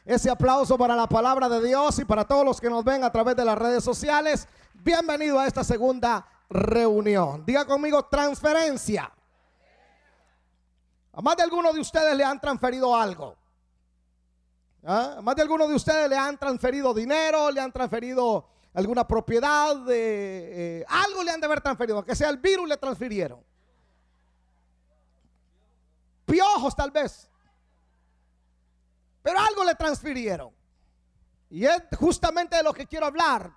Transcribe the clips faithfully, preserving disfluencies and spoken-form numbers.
ese aplauso para la palabra de Dios y para todos los que nos ven a través de las redes sociales. Bienvenido a esta segunda reunión. Diga conmigo: transferencia. A más de algunos de ustedes le han transferido algo. ¿Ah? A más de algunos de ustedes le han transferido dinero, le han transferido alguna propiedad, de, eh, algo le han de haber transferido, aunque sea el virus le transfirieron. Piojos tal vez, pero algo le transfirieron. Y es justamente de lo que quiero hablar.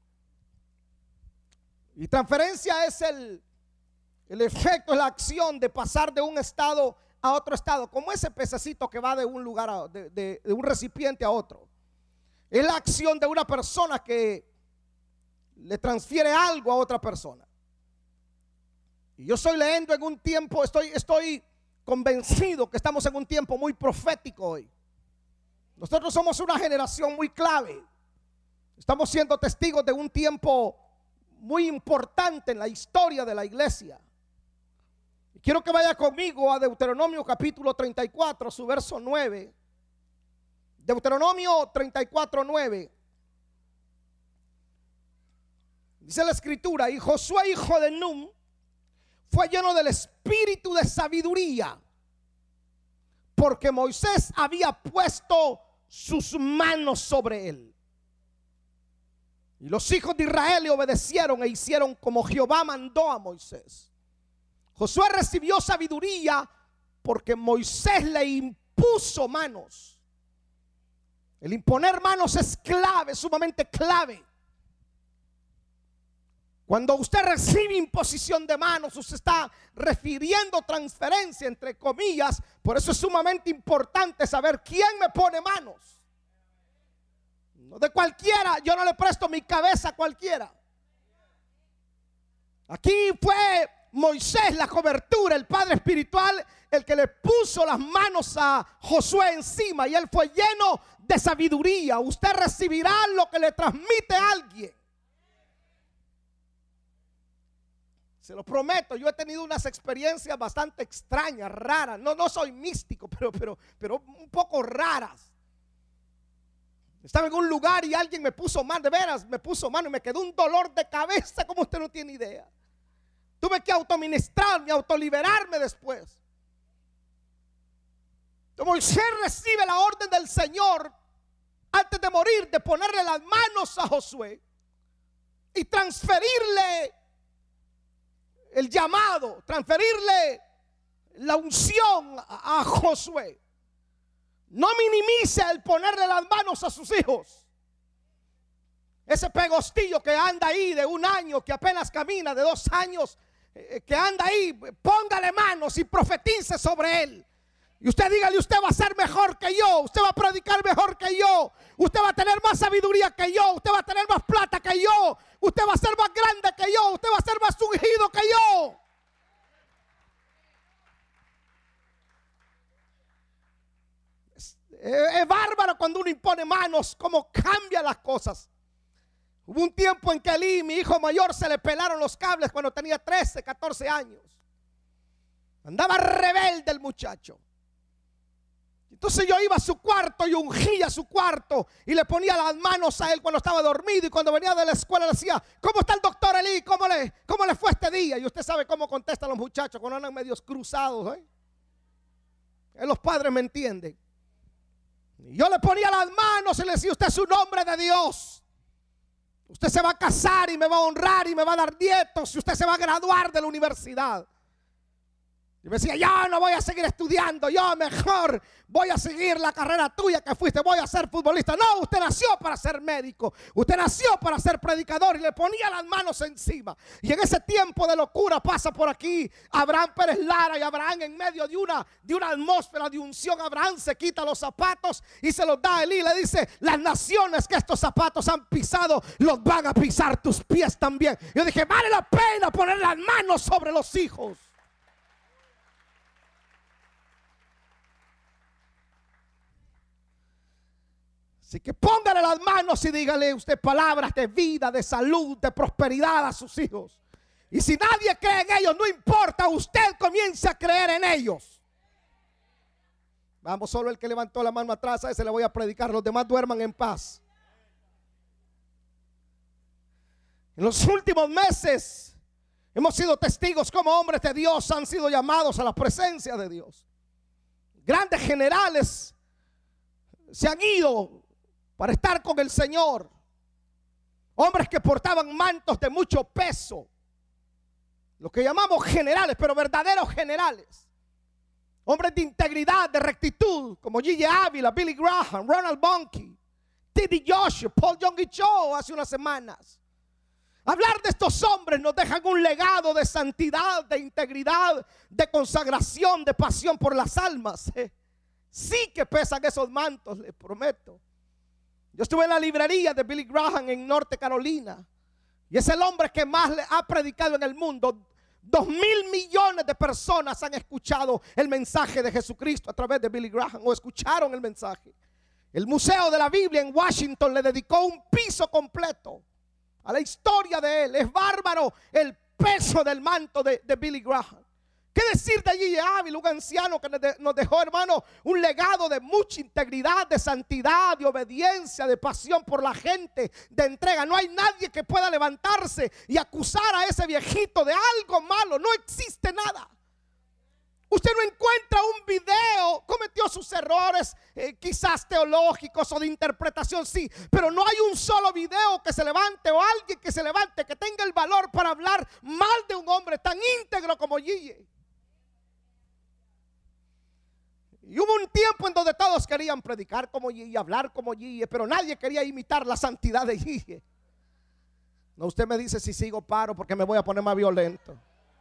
Y transferencia es el, el efecto, la acción de pasar de un estado a otro estado, como ese pececito que va de un lugar a, de, de, de un recipiente a otro. Es la acción de una persona que le transfiere algo a otra persona. Y yo estoy leyendo en un tiempo, estoy, estoy convencido que estamos en un tiempo muy profético hoy. Nosotros somos una generación muy clave. Estamos siendo testigos de un tiempo muy importante en la historia de la iglesia. Y quiero que vaya conmigo a Deuteronomio capítulo treinta y cuatro, su verso nueve. Deuteronomio treinta y cuatro, nueve. Dice la escritura: y Josué, hijo de Nun, fue lleno del espíritu de sabiduría, porque Moisés había puesto sus manos sobre él. Y los hijos de Israel le obedecieron e hicieron como Jehová mandó a Moisés. Josué recibió sabiduría porque Moisés le impuso manos. El imponer manos es clave, sumamente clave. Cuando usted recibe imposición de manos, usted está refiriendo transferencia, entre comillas. Por eso es sumamente importante saber quién me pone manos. No de cualquiera, yo no le presto mi cabeza a cualquiera. Aquí fue Moisés la cobertura, el padre espiritual, el que le puso las manos a Josué encima, y él fue lleno de sabiduría. Usted recibirá lo que le transmite a alguien. Se lo prometo, yo he tenido unas experiencias bastante extrañas, raras. No, no soy místico, pero, pero, pero un poco raras. Estaba en un lugar y alguien me puso mano, de veras me puso mano, y me quedó un dolor de cabeza como usted no tiene idea. Tuve que autoministrarme, autoliberarme después. Moisés recibe la orden del Señor antes de morir, de ponerle las manos a Josué y transferirle el llamado, transferirle la unción a, a Josué. No minimice el ponerle las manos a sus hijos. Ese pegostillo que anda ahí de un año, que apenas camina, de dos años, eh, que anda ahí, póngale manos y profetice sobre él. Y usted dígale: usted va a ser mejor que yo, usted va a predicar mejor que yo, usted va a tener más sabiduría que yo, usted va a tener más plata que yo, usted va a ser más grande que yo, usted va a ser más ungido que yo. Es, es bárbaro cuando uno impone manos, cómo cambian las cosas. Hubo un tiempo en que Eli, mi hijo mayor, se le pelaron los cables cuando tenía trece, catorce años. Andaba rebelde el muchacho. Entonces yo iba a su cuarto y ungía su cuarto y le ponía las manos a él cuando estaba dormido, y cuando venía de la escuela le decía: ¿cómo está el doctor Eli? ¿Cómo le, cómo le fue este día? Y usted sabe cómo contestan los muchachos cuando andan medios cruzados, ¿eh? Los padres me entienden. Y yo le ponía las manos y le decía: usted es un hombre de Dios. Usted se va a casar y me va a honrar y me va a dar nietos, y usted se va a graduar de la universidad. Y me decía: yo no voy a seguir estudiando, yo mejor voy a seguir la carrera tuya que fuiste, voy a ser futbolista. No, usted nació para ser médico, usted nació para ser predicador. Y le ponía las manos encima. Y en ese tiempo de locura pasa por aquí Abraham Pérez Lara, y Abraham, en medio de una, de una atmósfera de unción, Abraham se quita los zapatos y se los da a Eli y le dice: las naciones que estos zapatos han pisado, los van a pisar tus pies también. Yo dije: vale la pena poner las manos sobre los hijos. Así que póngale las manos y dígale usted palabras de vida, de salud, de prosperidad a sus hijos. Y si nadie cree en ellos, no importa, usted comience a creer en ellos. Vamos, solo el que levantó la mano atrás, a ese le voy a predicar. Los demás duerman en paz. En los últimos meses hemos sido testigos como hombres de Dios han sido llamados a la presencia de Dios. Grandes generales se han ido para estar con el Señor. Hombres que portaban mantos de mucho peso, lo que llamamos generales, pero verdaderos generales. Hombres de integridad, de rectitud, como G J Ávila, Billy Graham, Ronald Bonnke, T D Joshua, Paul Yonggi Cho hace unas semanas. Hablar de estos hombres nos dejan un legado de santidad, de integridad, de consagración, de pasión por las almas. Sí que pesan esos mantos, les prometo. Yo estuve en la librería de Billy Graham en Norte Carolina, y es el hombre que más le ha predicado en el mundo. Dos mil millones de personas han escuchado el mensaje de Jesucristo a través de Billy Graham, o escucharon el mensaje. El Museo de la Biblia en Washington le dedicó un piso completo a la historia de él. Es bárbaro el peso del manto de, de Billy Graham. ¿Qué decir de allí Ávila, un anciano que nos dejó, hermano, un legado de mucha integridad, de santidad, de obediencia, de pasión por la gente, de entrega? No hay nadie que pueda levantarse y acusar a ese viejito de algo malo. No existe nada. Usted no encuentra un video, cometió sus errores, eh, quizás teológicos o de interpretación, sí, pero no hay un solo video que se levante o alguien que se levante que tenga el valor para hablar mal de un hombre tan íntegro como Gille. Y hubo un tiempo en donde todos querían predicar como Gille, hablar como Gille, pero nadie quería imitar la santidad de Gille. No, usted me dice si sigo paro porque me voy a poner más violento.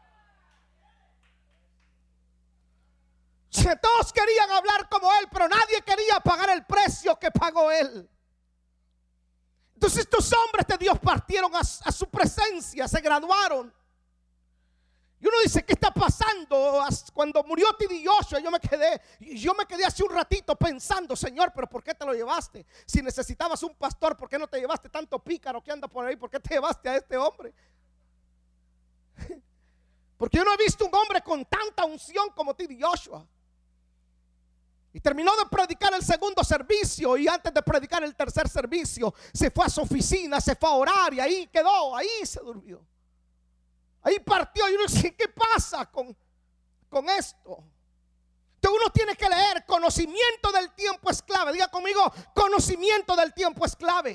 Todos querían hablar como él, pero nadie quería pagar el precio que pagó él. Entonces estos hombres de Dios partieron a, a su presencia, se graduaron. Y uno dice, ¿qué está pasando? Cuando murió T D Joshua, yo me quedé, yo me quedé hace un ratito pensando, Señor, pero ¿por qué te lo llevaste? Si necesitabas un pastor, ¿por qué no te llevaste tanto pícaro que anda por ahí? ¿Por qué te llevaste a este hombre? Porque yo no he visto un hombre con tanta unción como T D Joshua. Y terminó de predicar el segundo servicio, y antes de predicar el tercer servicio se fue a su oficina, se fue a orar, y ahí quedó, ahí se durmió. Ahí partió. Y uno dice, ¿qué pasa con, con esto? Entonces uno tiene que leer. Conocimiento del tiempo es clave. Diga conmigo, conocimiento del tiempo es clave.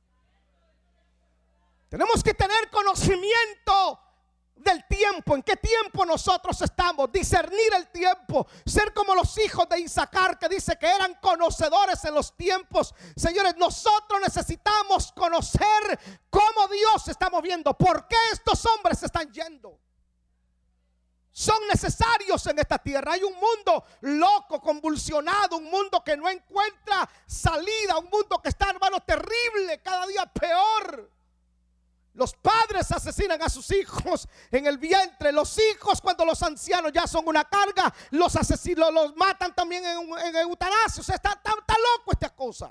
Tenemos que tener conocimiento del tiempo. ¿En qué tiempo nosotros estamos? Discernir el tiempo. Ser como los hijos de Isaacar, que dice que eran conocedores en los tiempos. Señores, nosotros necesitamos conocer cómo Dios se está moviendo. ¿Por qué estos hombres se están yendo? Son necesarios en esta tierra. Hay un mundo loco, convulsionado, un mundo que no encuentra salida, un mundo que está, hermano, terrible, cada día peor. Los padres asesinan a sus hijos en el vientre. Los hijos, cuando los ancianos ya son una carga, los asesinos los matan también en, en eutanasia. O sea, está, está, está loco esta cosa.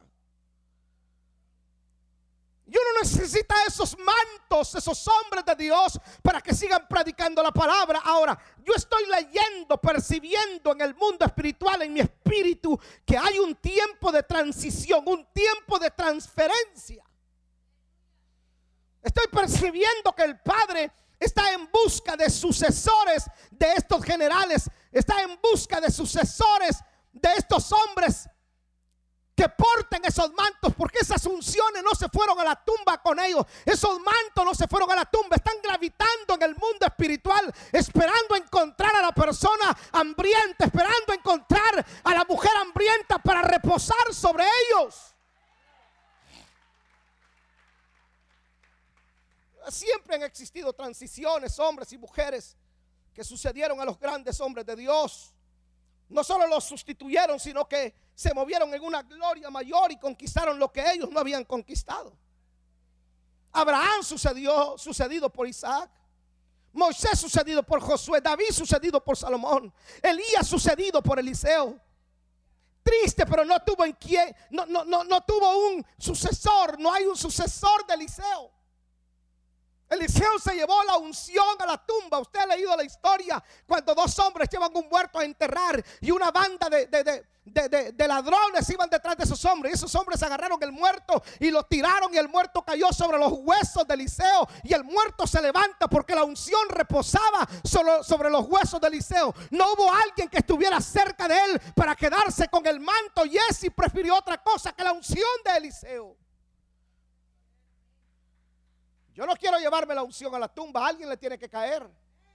Y uno necesita esos mantos, esos hombres de Dios, para que sigan predicando la palabra. Ahora, yo estoy leyendo, percibiendo en el mundo espiritual, en mi espíritu, que hay un tiempo de transición, un tiempo de transferencia. Estoy percibiendo que el Padre está en busca de sucesores de estos generales. Está en busca de sucesores de estos hombres que porten esos mantos, porque esas unciones no se fueron a la tumba con ellos. Esos mantos no se fueron a la tumba. Están gravitando en el mundo espiritual, esperando encontrar a la persona hambrienta, esperando encontrar a la mujer hambrienta para reposar sobre ellos. Siempre han existido transiciones, hombres y mujeres que sucedieron a los grandes hombres de Dios. No solo los sustituyeron, sino que se movieron en una gloria mayor y conquistaron lo que ellos no habían conquistado. Abraham sucedió, sucedido por Isaac. Moisés sucedido por Josué. David sucedido por Salomón. Elías sucedido por Eliseo. Triste, pero no tuvo en quién, no, no, no, no tuvo un sucesor. No hay un sucesor de Eliseo. Eliseo se llevó la unción a la tumba. Usted ha leído la historia cuando dos hombres llevan un muerto a enterrar y una banda de, de, de, de, de, de ladrones iban detrás de esos hombres. Y esos hombres agarraron el muerto y lo tiraron, y el muerto cayó sobre los huesos de Eliseo, y el muerto se levanta porque la unción reposaba sobre, sobre los huesos de Eliseo. No hubo alguien que estuviera cerca de él para quedarse con el manto. Jesse prefirió otra cosa que la unción de Eliseo. Yo no quiero llevarme la unción a la tumba. A alguien le tiene que caer.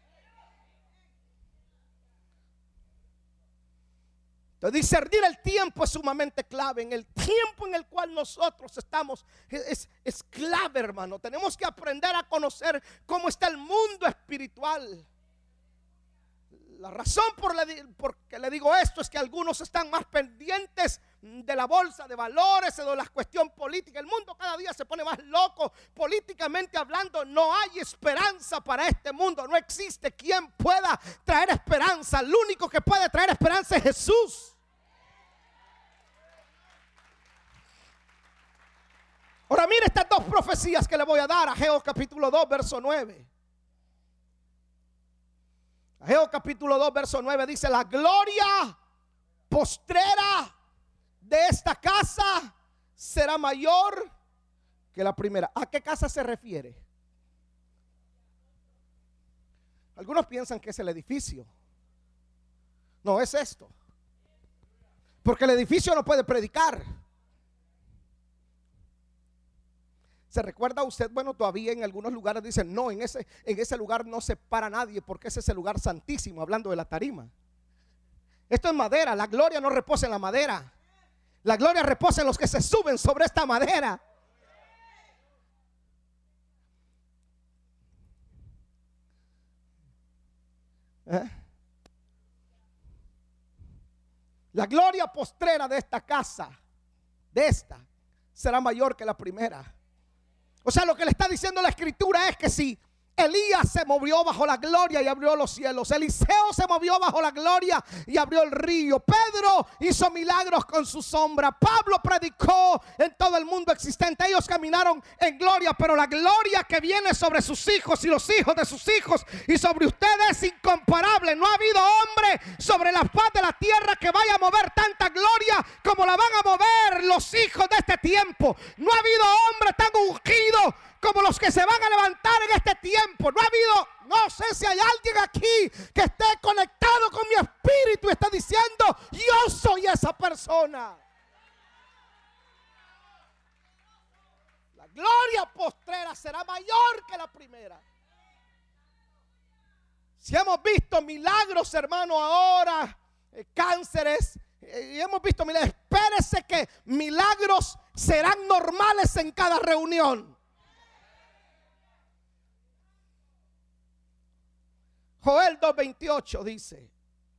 Entonces, discernir el tiempo es sumamente clave. En el tiempo en el cual nosotros estamos es, es clave, hermano. Tenemos que aprender a conocer cómo está el mundo espiritual. La razón por la, por que le digo esto es que algunos están más pendientes de la bolsa de valores o de la cuestión política. El mundo cada día se pone más loco políticamente hablando. No hay esperanza para este mundo. No existe quien pueda traer esperanza. El único que puede traer esperanza es Jesús. Ahora mire estas dos profecías que le voy a dar. Ageo capítulo dos verso nueve. Ageo capítulo dos verso nueve dice: la gloria postrera de esta casa será mayor que la primera. ¿A qué casa se refiere? Algunos piensan que es el edificio. No, es esto. Porque el edificio no puede predicar. ¿Se recuerda usted? Bueno, todavía en algunos lugares dicen: no, en ese, en ese lugar no se para nadie porque ese es el lugar santísimo, hablando de la tarima. Esto es madera. La gloria no reposa en la madera. La gloria reposa en los que se suben sobre esta madera. ¿Eh? La gloria postrera de esta casa, de esta, será mayor que la primera. O sea, lo que le está diciendo la escritura es que si Elías se movió bajo la gloria y abrió los cielos, Eliseo se movió bajo la gloria y abrió el río, Pedro hizo milagros con su sombra, Pablo predicó en todo el mundo existente, ellos caminaron en gloria, pero la gloria que viene sobre sus hijos y los hijos de sus hijos y sobre ustedes es incomparable. No ha habido hombre sobre la faz de la tierra que vaya a mover tanta gloria como la van a mover los hijos de este tiempo. No ha habido hombre tan ungido como los que se van a levantar en este tiempo. No ha habido, no sé si hay alguien aquí que esté conectado con mi espíritu y está diciendo: yo soy esa persona. La gloria postrera será mayor que la primera. Si hemos visto milagros, hermano, ahora eh, cánceres, eh, y hemos visto milagros, espérese que milagros serán normales en cada reunión. Joel dos veintiocho dice: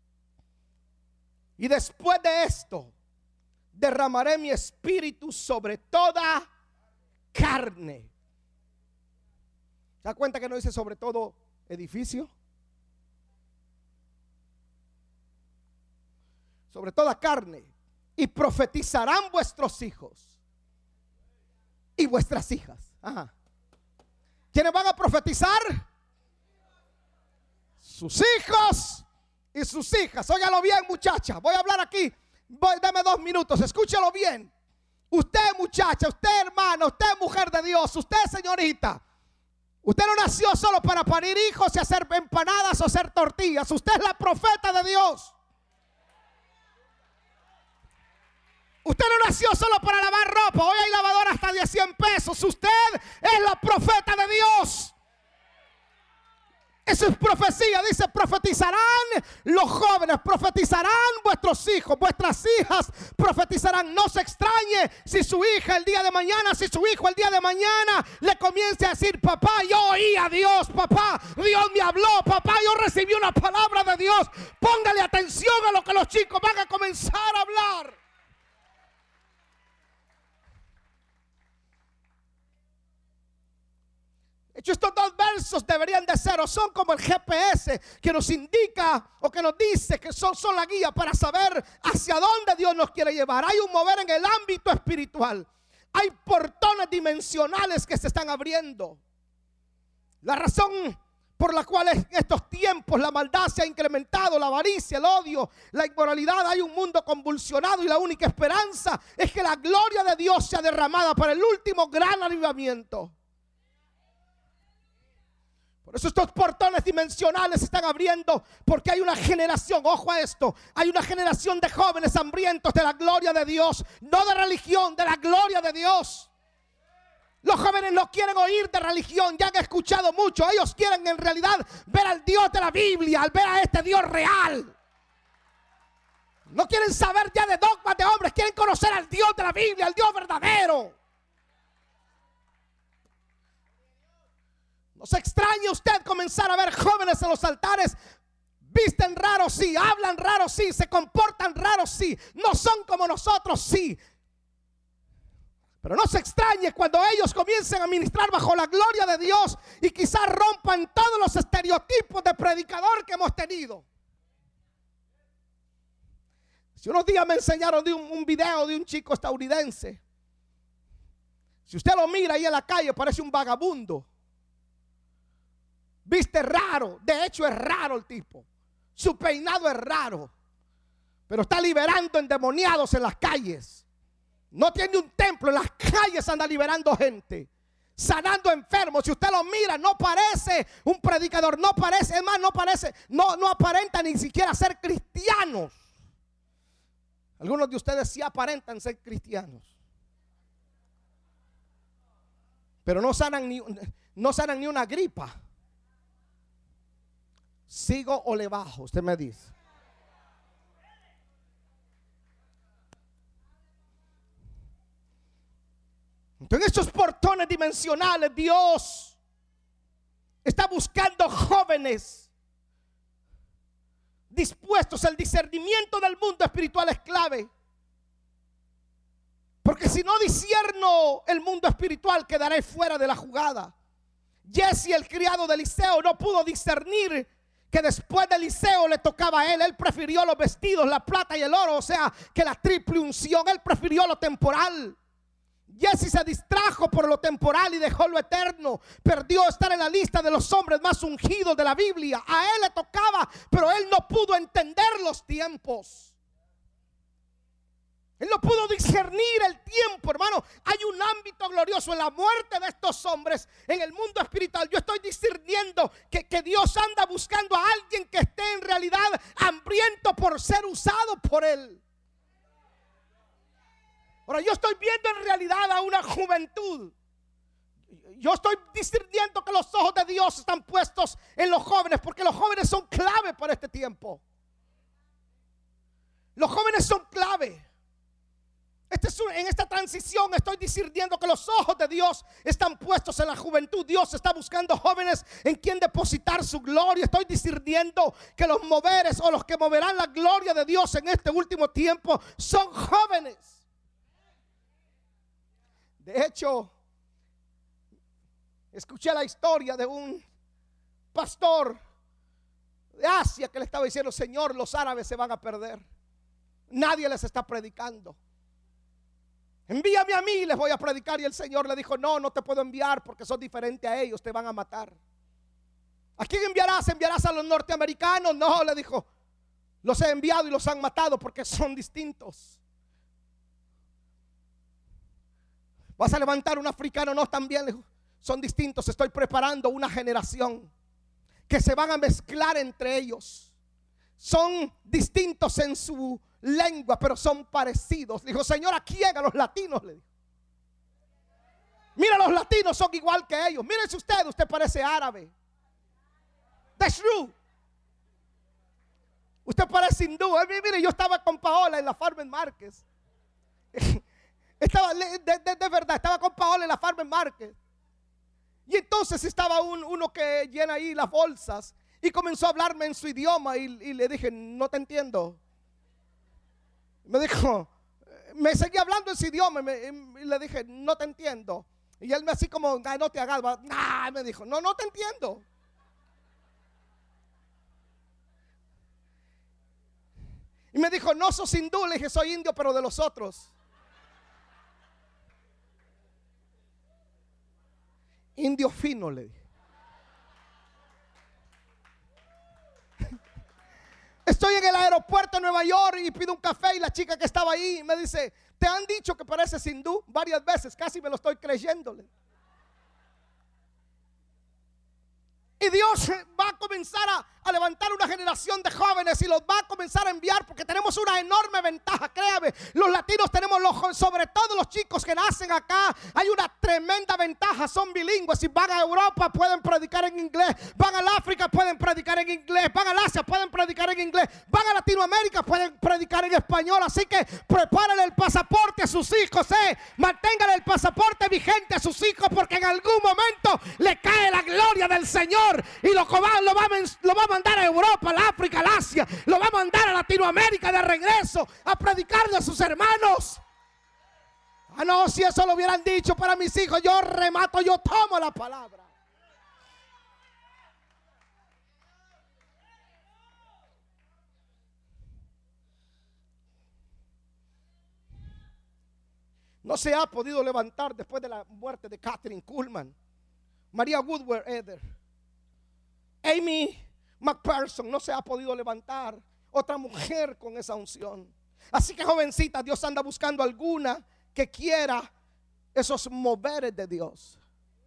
y después de esto derramaré mi espíritu sobre toda carne. ¿Se da cuenta que no dice sobre todo edificio? Sobre toda carne. Y profetizarán vuestros hijos y vuestras hijas. Ajá. ¿Quiénes van a profetizar? Sus hijos y sus hijas. Óigalo bien, muchacha. Voy a hablar aquí. Voy, dame dos minutos. Escúchalo bien. Usted, muchacha, usted, hermana, usted, mujer de Dios, usted, señorita. Usted no nació solo para parir hijos y hacer empanadas o hacer tortillas. Usted es la profeta de Dios. Usted no nació solo para lavar ropa. Hoy hay lavadora hasta de cien pesos. Usted es la profeta de Dios. Eso es profecía. Dice: profetizarán los jóvenes, profetizarán vuestros hijos, vuestras hijas profetizarán. No se extrañe si su hija el día de mañana, si su hijo el día de mañana le comience a decir: papá, yo oí a Dios, papá, Dios me habló, papá, yo recibí una palabra de Dios. Póngale atención a lo que los chicos van a comenzar a hablar. De hecho, estos dos versos deberían de ser o son como el G P S que nos indica o que nos dice que son, son la guía para saber hacia dónde Dios nos quiere llevar. Hay un mover en el ámbito espiritual. Hay portones dimensionales que se están abriendo. La razón por la cual en estos tiempos la maldad se ha incrementado, la avaricia, el odio, la inmoralidad, hay un mundo convulsionado y la única esperanza es que la gloria de Dios sea derramada para el último gran avivamiento. Por eso estos portones dimensionales se están abriendo, porque hay una generación, ojo a esto, hay una generación de jóvenes hambrientos de la gloria de Dios, no de religión, de la gloria de Dios. Los jóvenes no quieren oír de religión, ya han escuchado mucho. Ellos quieren en realidad ver al Dios de la Biblia, al ver a este Dios real. No quieren saber ya de dogmas de hombres, quieren conocer al Dios de la Biblia, al Dios verdadero. No se extrañe usted comenzar a ver jóvenes en los altares. Visten raros, sí, hablan raros, sí, se comportan raros, sí, no son como nosotros, sí. Pero no se extrañe cuando ellos comiencen a ministrar bajo la gloria de Dios y quizás rompan todos los estereotipos de predicador que hemos tenido. Si unos días me enseñaron de un, un video de un chico estadounidense. Si usted lo mira ahí en la calle, parece un vagabundo. Viste raro, de hecho es raro el tipo. Su peinado es raro, pero está liberando endemoniados en las calles. No tiene un templo, en las calles anda liberando gente, sanando enfermos. Si usted lo mira, no parece un predicador, no parece, es más, no parece, no, no aparenta ni siquiera ser cristianos. Algunos de ustedes sí aparentan ser cristianos, pero no sanan ni, no sanan ni una gripa. ¿Sigo o le bajo? Usted me dice. Entonces, en estos portones dimensionales, Dios está buscando jóvenes dispuestos. El discernimiento del mundo espiritual es clave, porque si no discierno el mundo espiritual, quedaré fuera de la jugada. Jesse, el criado de Eliseo, no pudo discernir que después de Eliseo le tocaba a él. Él prefirió los vestidos, la plata y el oro, o sea, que la triple unción. Él prefirió lo temporal. Jesse se distrajo por lo temporal y dejó lo eterno. Perdió estar en la lista de los hombres más ungidos de la Biblia. A él le tocaba, pero él no pudo entender los tiempos. Él no pudo discernir el tiempo, hermano. Hay un ámbito glorioso en la muerte de estos hombres en el mundo espiritual. Yo estoy discerniendo que, que Dios anda buscando a alguien que esté en realidad hambriento por ser usado por Él. Ahora, yo estoy viendo en realidad a una juventud. Yo estoy discerniendo que los ojos de Dios están puestos en los jóvenes, porque los jóvenes son clave para este tiempo. Los jóvenes son clave. Este es un, en esta transición estoy discerniendo que los ojos de Dios están puestos en la juventud. Dios está buscando jóvenes en quien depositar su gloria. Estoy discerniendo que los moveres o los que moverán la gloria de Dios en este último tiempo son jóvenes. De hecho, escuché la historia de un pastor de Asia que le estaba diciendo: Señor, los árabes se van a perder. Nadie les está predicando. Envíame a mí y les voy a predicar. Y el Señor le dijo: no, no te puedo enviar porque sos diferente a ellos, te van a matar. ¿A quién enviarás? ¿Enviarás a los norteamericanos? No, le dijo, los he enviado y los han matado porque son distintos. ¿Vas a levantar un africano? No, también le dijo, son distintos. Estoy preparando una generación que se van a mezclar entre ellos. Son distintos en su lengua, pero son parecidos. Dijo: Señor, ¿a quién? A los latinos, le dijo. Mira, los latinos son igual que ellos. Mírese usted, usted parece árabe. That's true. Usted parece hindú. Mire, yo estaba con Paola en la Farmer Market. Estaba, de, de, de verdad, estaba con Paola en la Farmer Market. Y entonces estaba un, uno que llena ahí las bolsas y comenzó a hablarme en su idioma y, y le dije: no te entiendo. Me dijo, me seguía hablando en su idioma y, me, y le dije: no te entiendo. Y él me así como, no te hagas, nah, me dijo, no, no te entiendo. Y me dijo: no sos hindú. Le dije: soy indio, pero de los otros. Indio fino, le dije. Estoy en el aeropuerto de Nueva York y pido un café y la chica que estaba ahí me dice, ¿te han dicho que pareces hindú? Varias veces, casi me lo estoy creyéndole. Y Dios va a comenzar a, a levantar una generación de jóvenes y los va a comenzar a enviar, porque tenemos una enorme ventaja, créame. Los latinos tenemos, los, sobre todo los chicos que nacen acá, hay una tremenda ventaja, son bilingües. Si van a Europa pueden predicar en inglés, van al África pueden predicar en inglés, van al Asia pueden predicar en inglés, van a Latinoamérica pueden predicar en español. Así que preparen el pasaporte a sus hijos, eh. mantengan el pasaporte vigente a sus hijos, porque en algún momento le cae la gloria del Señor y lo va, lo, va, lo va a mandar a Europa, al África, al Asia, lo va a mandar a Latinoamérica de regreso a predicarle a sus hermanos. Ah, no, si eso lo hubieran dicho para mis hijos, yo remato, yo tomo la palabra. No se ha podido levantar después de la muerte de Kathryn Kuhlman, María Woodward-Eder, Amy McPherson. No se ha podido levantar otra mujer con esa unción. Así que, jovencita, Dios anda buscando alguna que quiera esos moveres de Dios.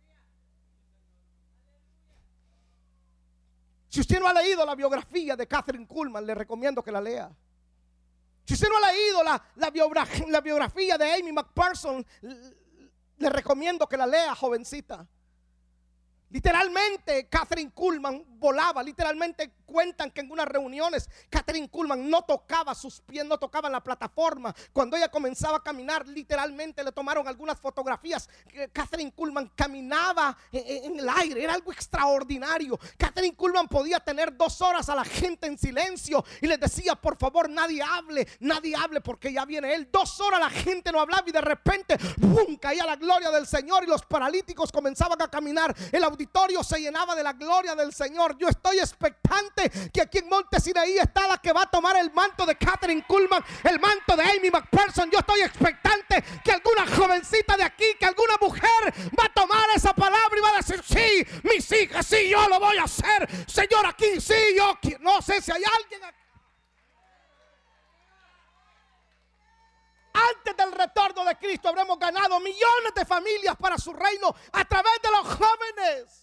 Si usted no ha leído la biografía de Kathryn Kuhlman, le recomiendo que la lea. Si usted no ha leído la, la, biografía, la biografía de Amy McPherson, le recomiendo que la lea, jovencita. Literalmente Kathryn Kuhlman volaba. Literalmente cuentan que en unas reuniones Kathryn Kuhlman no tocaba sus pies, no tocaba la plataforma. Cuando ella comenzaba a caminar, literalmente le tomaron algunas fotografías. Kathryn Kuhlman caminaba en el aire, era algo extraordinario. Kathryn Kuhlman podía tener dos horas a la gente en silencio y les decía, por favor, nadie hable, nadie hable porque ya viene él. Dos horas la gente no hablaba y de repente ¡bum!, caía la gloria del Señor y los paralíticos comenzaban a caminar. El auditorio se llenaba de la gloria del Señor. Yo estoy expectante que aquí en Monte Sinaí está la que va a tomar el manto de Kathryn Kuhlman, el manto de Amy McPherson. Yo estoy expectante que alguna jovencita de aquí, que alguna mujer va a tomar esa palabra y va a decir, sí, mis hijas, sí, yo lo voy a hacer. Señor, aquí, sí, yo no sé si hay alguien aquí. Antes del retorno de Cristo habremos ganado millones de familias para su reino a través de los jóvenes.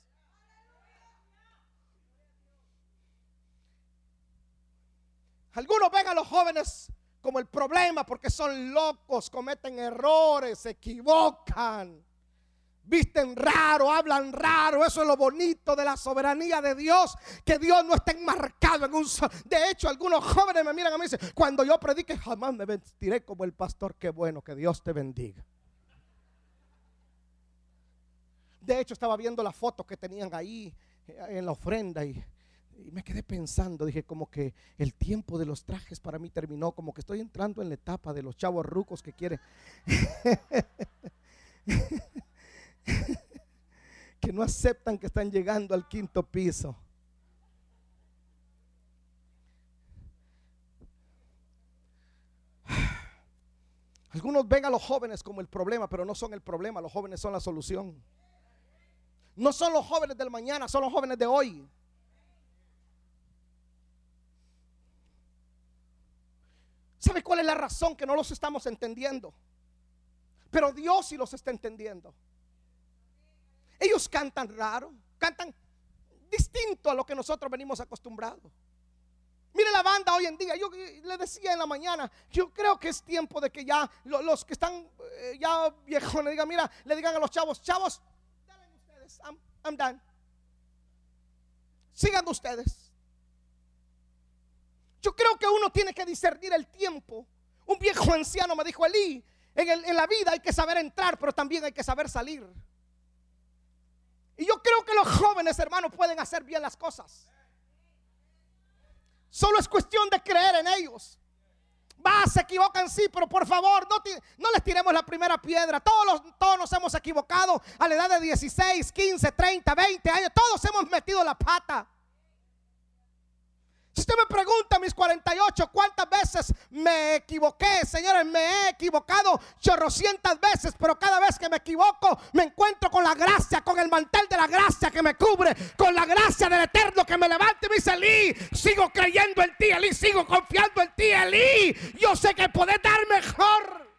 Algunos ven a los jóvenes como el problema porque son locos, cometen errores, se equivocan, visten raro, hablan raro. Eso es lo bonito de la soberanía de Dios, que Dios no está enmarcado en un... De hecho, algunos jóvenes me miran a mí y dicen, cuando yo predique jamás me vestiré como el pastor. Qué bueno, que Dios te bendiga. De hecho, estaba viendo las fotos que tenían ahí en la ofrenda y, y me quedé pensando, dije, como que el tiempo de los trajes para mí terminó, como que estoy entrando en la etapa de los chavos rucos que quieren que no aceptan que están llegando al quinto piso. Algunos ven a los jóvenes como el problema, pero no son el problema. Los jóvenes son la solución. No son los jóvenes del mañana, son los jóvenes de hoy. ¿Sabe cuál es la razón? Que no los estamos entendiendo, pero Dios sí los está entendiendo. Ellos cantan raro, cantan distinto a lo que nosotros venimos acostumbrados. Mire la banda hoy en día. Yo le decía en la mañana, yo creo que es tiempo de que ya los que están eh, ya viejos le digan, mira, le digan a los chavos, chavos, dalen ustedes, I'm, I'm done. Sigan ustedes. Yo creo que uno tiene que discernir el tiempo. Un viejo anciano me dijo, Elí, en, el, en la vida hay que saber entrar, pero también hay que saber salir. Y yo creo que los jóvenes, hermanos, pueden hacer bien las cosas. Solo es cuestión de creer en ellos. Va, se equivocan, sí, pero por favor, no, no les tiremos la primera piedra. Todos, los, todos nos hemos equivocado a la edad de dieciséis, quince, treinta, veinte años. Todos hemos metido la pata. Si usted me pregunta a mis cuarenta y ocho cuántas veces me equivoqué, señores, me he equivocado chorrocientas veces, pero cada vez que me equivoco me encuentro con la gracia, con el mantel de la gracia que me cubre, con la gracia del Eterno que me levanta y me dice: Elí, sigo creyendo en ti, Elí, sigo confiando en ti, Elí, yo sé que podés dar mejor.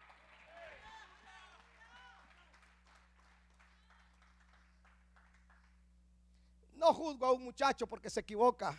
No juzgo a un muchacho porque se equivoca.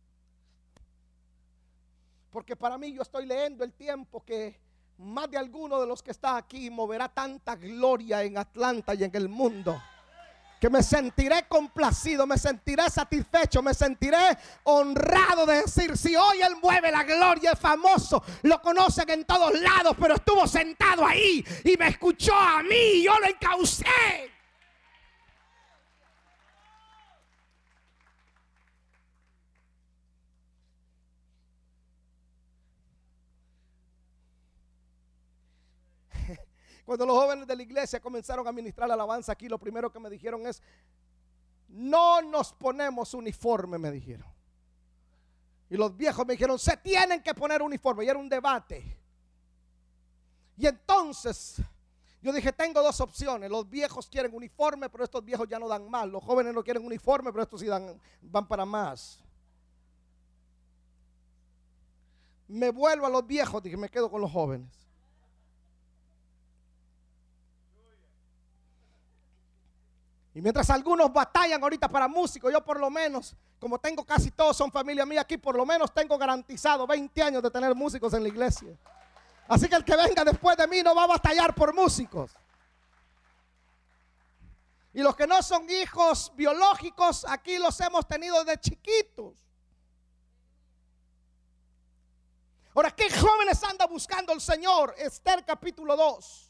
Porque para mí, yo estoy leyendo el tiempo que más de alguno de los que está aquí moverá tanta gloria en Atlanta y en el mundo, que me sentiré complacido, me sentiré satisfecho, me sentiré honrado de decir: si hoy Él mueve la gloria, es famoso, lo conocen en todos lados, pero estuvo sentado ahí y me escuchó a mí y yo lo encaucé. Cuando los jóvenes de la iglesia comenzaron a ministrar la alabanza aquí, lo primero que me dijeron es: no nos ponemos uniforme, me dijeron. Y los viejos me dijeron: se tienen que poner uniforme. Y era un debate. Y entonces yo dije: tengo dos opciones. Los viejos quieren uniforme, pero estos viejos ya no dan más. Los jóvenes no quieren uniforme, pero estos sí dan, van para más. Me vuelvo a los viejos, dije, me quedo con los jóvenes. Y mientras algunos batallan ahorita para músicos, yo por lo menos, como tengo casi todos son familia mía aquí, por lo menos tengo garantizado veinte años de tener músicos en la iglesia. Así que el que venga después de mí no va a batallar por músicos. Y los que no son hijos biológicos, aquí los hemos tenido de chiquitos. Ahora, ¿qué jóvenes anda buscando el Señor? Esther capítulo dos.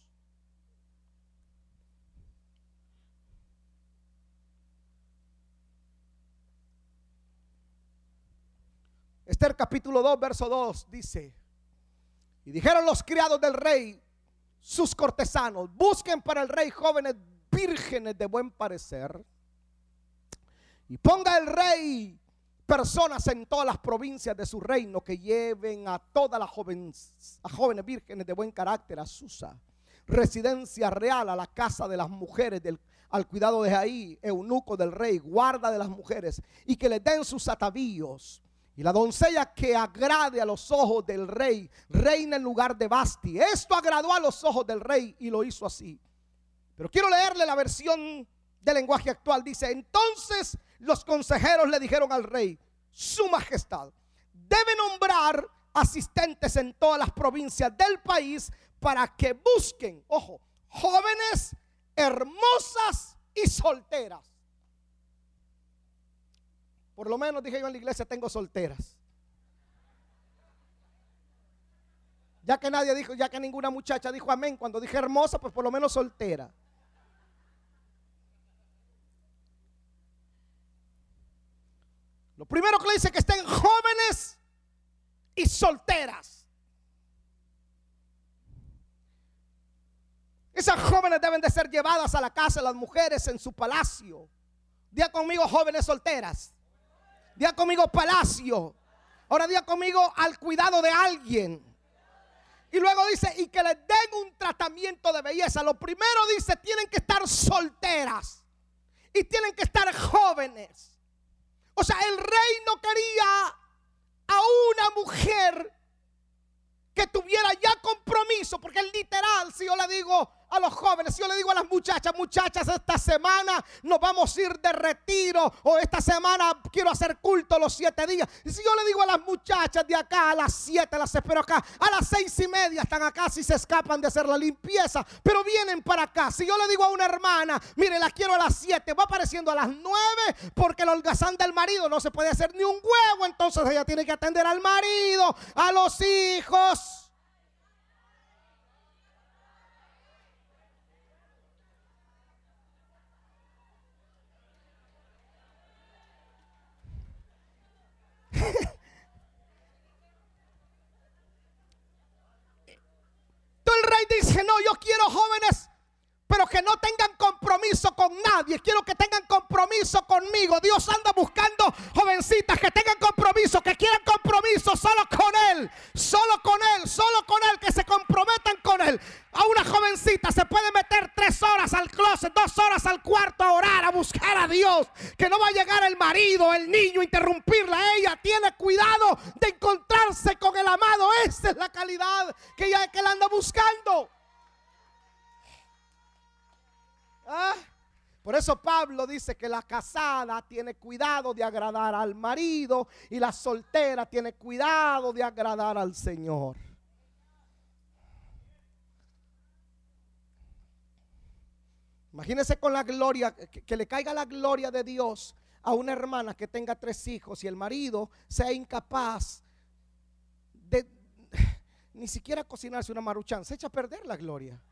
Esther capítulo dos, verso dos dice: y dijeron los criados del rey, sus cortesanos: busquen para el rey jóvenes vírgenes de buen parecer, y ponga el rey personas en todas las provincias de su reino que lleven a todas las jóvenes, a jóvenes vírgenes de buen carácter a Susa, residencia real, a la casa de las mujeres del, al cuidado de ahí, eunuco del rey, guarda de las mujeres, y que les den sus atavíos. Y la doncella que agrade a los ojos del rey reina en lugar de Basti. Esto agradó a los ojos del rey y lo hizo así. Pero quiero leerle la versión del lenguaje actual. Dice: entonces los consejeros le dijeron al rey: su majestad debe nombrar asistentes en todas las provincias del país para que busquen, ojo, jóvenes hermosas y solteras. Por lo menos, dije yo, en la iglesia tengo solteras. Ya que nadie dijo, ya que ninguna muchacha dijo amén cuando dije hermosa, pues por lo menos soltera. Lo primero que le dice es que estén jóvenes y solteras. Esas jóvenes deben de ser llevadas a la casa de las mujeres en su palacio. Diga conmigo, jóvenes solteras. Diga conmigo, palacio. Ahora diga conmigo, al cuidado de alguien. Y luego dice, y que les den un tratamiento de belleza. Lo primero dice, tienen que estar solteras y tienen que estar jóvenes. O sea, el rey no quería a una mujer que tuviera ya compromiso, porque literal, si yo le digo a los jóvenes, si yo le digo a las muchachas, muchachas, esta semana nos vamos a ir de retiro, o esta semana quiero hacer culto los siete días. Y si yo le digo a las muchachas de acá a las siete las espero acá, a las seis y media están acá si se escapan de hacer la limpieza, pero vienen para acá. Si yo le digo a una hermana, mire, la quiero a las siete, va apareciendo a las nueve, porque el holgazán del marido no se puede hacer ni un huevo, entonces ella tiene que atender al marido, a los hijos. El rey dice, no, yo quiero jóvenes, pero que no tengan compromiso con nadie. Quiero que tengan compromiso conmigo. Dios anda buscando jovencitas que tengan compromiso, que quieran compromiso compromiso solo con Él, solo con Él, solo con Él, que se comprometan con Él. A una jovencita se puede meter tres horas al closet, dos horas al cuarto a orar, a buscar a Dios, que no va a llegar el marido, el niño, a interrumpirla. Ella tiene cuidado de encontrarse con el amado. Esa es la calidad que ella que él anda buscando. ¿Ah? Por eso Pablo dice que la casada tiene cuidado de agradar al marido y la soltera tiene cuidado de agradar al Señor. Imagínense con la gloria, que, que le caiga la gloria de Dios a una hermana que tenga tres hijos y el marido sea incapaz de ni siquiera cocinarse una maruchan. Se echa a perder la gloria.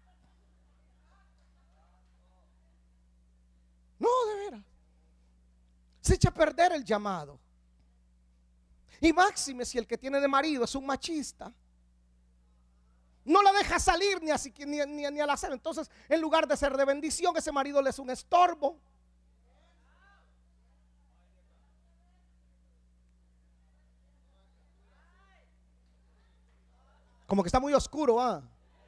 No, de veras. Se echa a perder el llamado. Y máxime si el que tiene de marido es un machista. No la deja salir ni, así, ni, ni, ni al hacer. Entonces, en lugar de ser de bendición, ese marido le es un estorbo. Como que está muy oscuro, ¿ah?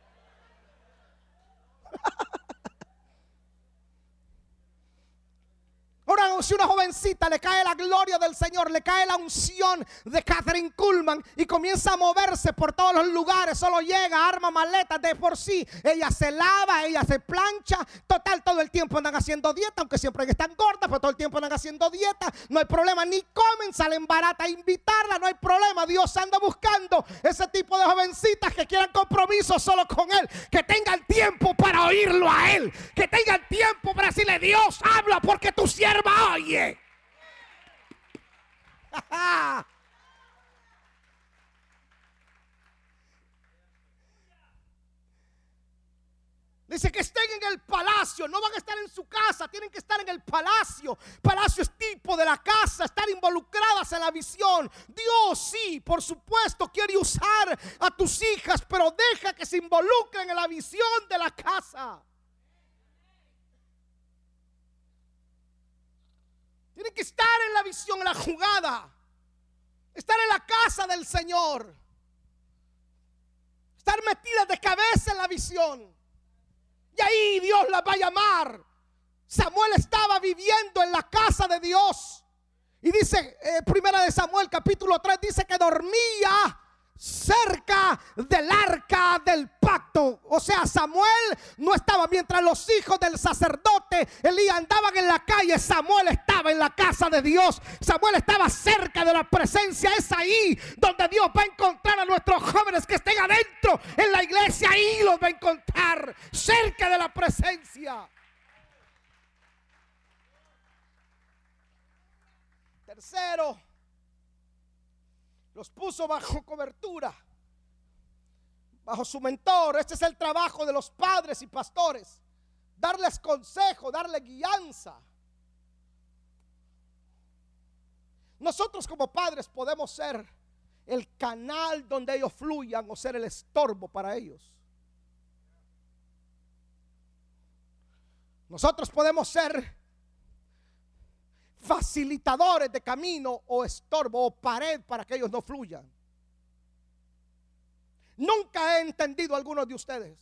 Ahora, si una jovencita le cae la gloria del Señor, le cae la unción de Catherine Kuhlman y comienza a moverse por todos los lugares, solo llega, arma maletas de por sí, ella se lava, ella se plancha, total, todo el tiempo andan haciendo dieta, aunque siempre están gordas, pero todo el tiempo andan haciendo dieta, no hay problema, ni comen, salen baratas a invitarla, no hay problema. Dios anda buscando ese tipo de jovencitas que quieran compromiso solo con Él, que tengan tiempo para oírlo a Él, que tengan tiempo para decirle: Dios, habla porque tu sierva oye. Dice que estén en el palacio, no van a estar en su casa, tienen que estar en el palacio. Palacio es tipo de la casa, estar involucradas en la visión. Dios sí, por supuesto, quiere usar a tus hijas, pero deja que se involucren en la visión de la casa. Tienen que estar en la visión, en la jugada, estar en la casa del Señor, estar metidas de cabeza en la visión. Y ahí Dios las va a llamar. Samuel estaba viviendo en la casa de Dios. Y dice, eh, primera de Samuel capítulo tres, dice que dormía cerca del arca del pacto. O sea, Samuel no estaba mientras los hijos del sacerdote Elías andaban en la calle. Samuel estaba en la casa de Dios. Samuel estaba cerca de la presencia. Es ahí donde Dios va a encontrar a nuestros jóvenes que estén adentro en la iglesia. Ahí los va a encontrar, cerca de la presencia. Tercero, los puso bajo cobertura, bajo su mentor. Este es el trabajo de los padres y pastores: darles consejo, darles guianza. Nosotros como padres podemos ser el canal donde ellos fluyan o ser el estorbo para ellos. Nosotros podemos ser facilitadores de camino o estorbo o pared para que ellos no fluyan. Nunca he entendido a algunos de ustedes.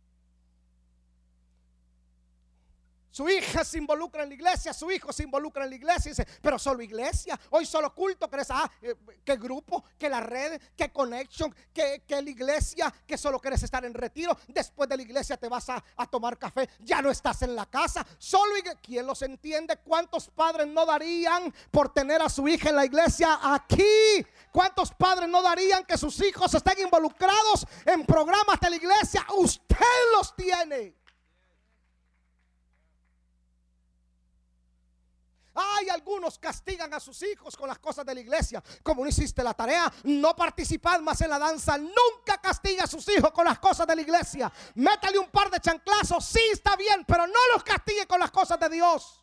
Su hija se involucra en la iglesia, su hijo se involucra en la iglesia y dice: pero solo iglesia, hoy solo culto. ¿Crees? Ah, qué grupo, que la red, qué connection, que, que la iglesia, que solo quieres estar en retiro. Después de la iglesia te vas a, a tomar café, ya no estás en la casa. Solo iglesia. ¿Quién los entiende? ¿Cuántos padres no darían por tener a su hija en la iglesia aquí? ¿Cuántos padres no darían que sus hijos estén involucrados en programas de la iglesia? Usted los tiene. Hay algunos castigan a sus hijos con las cosas de la iglesia. Como no hiciste la tarea, no participad más en la danza. Nunca castiga a sus hijos con las cosas de la iglesia. Métale un par de chanclazos, sí, está bien, pero no los castigue con las cosas de Dios.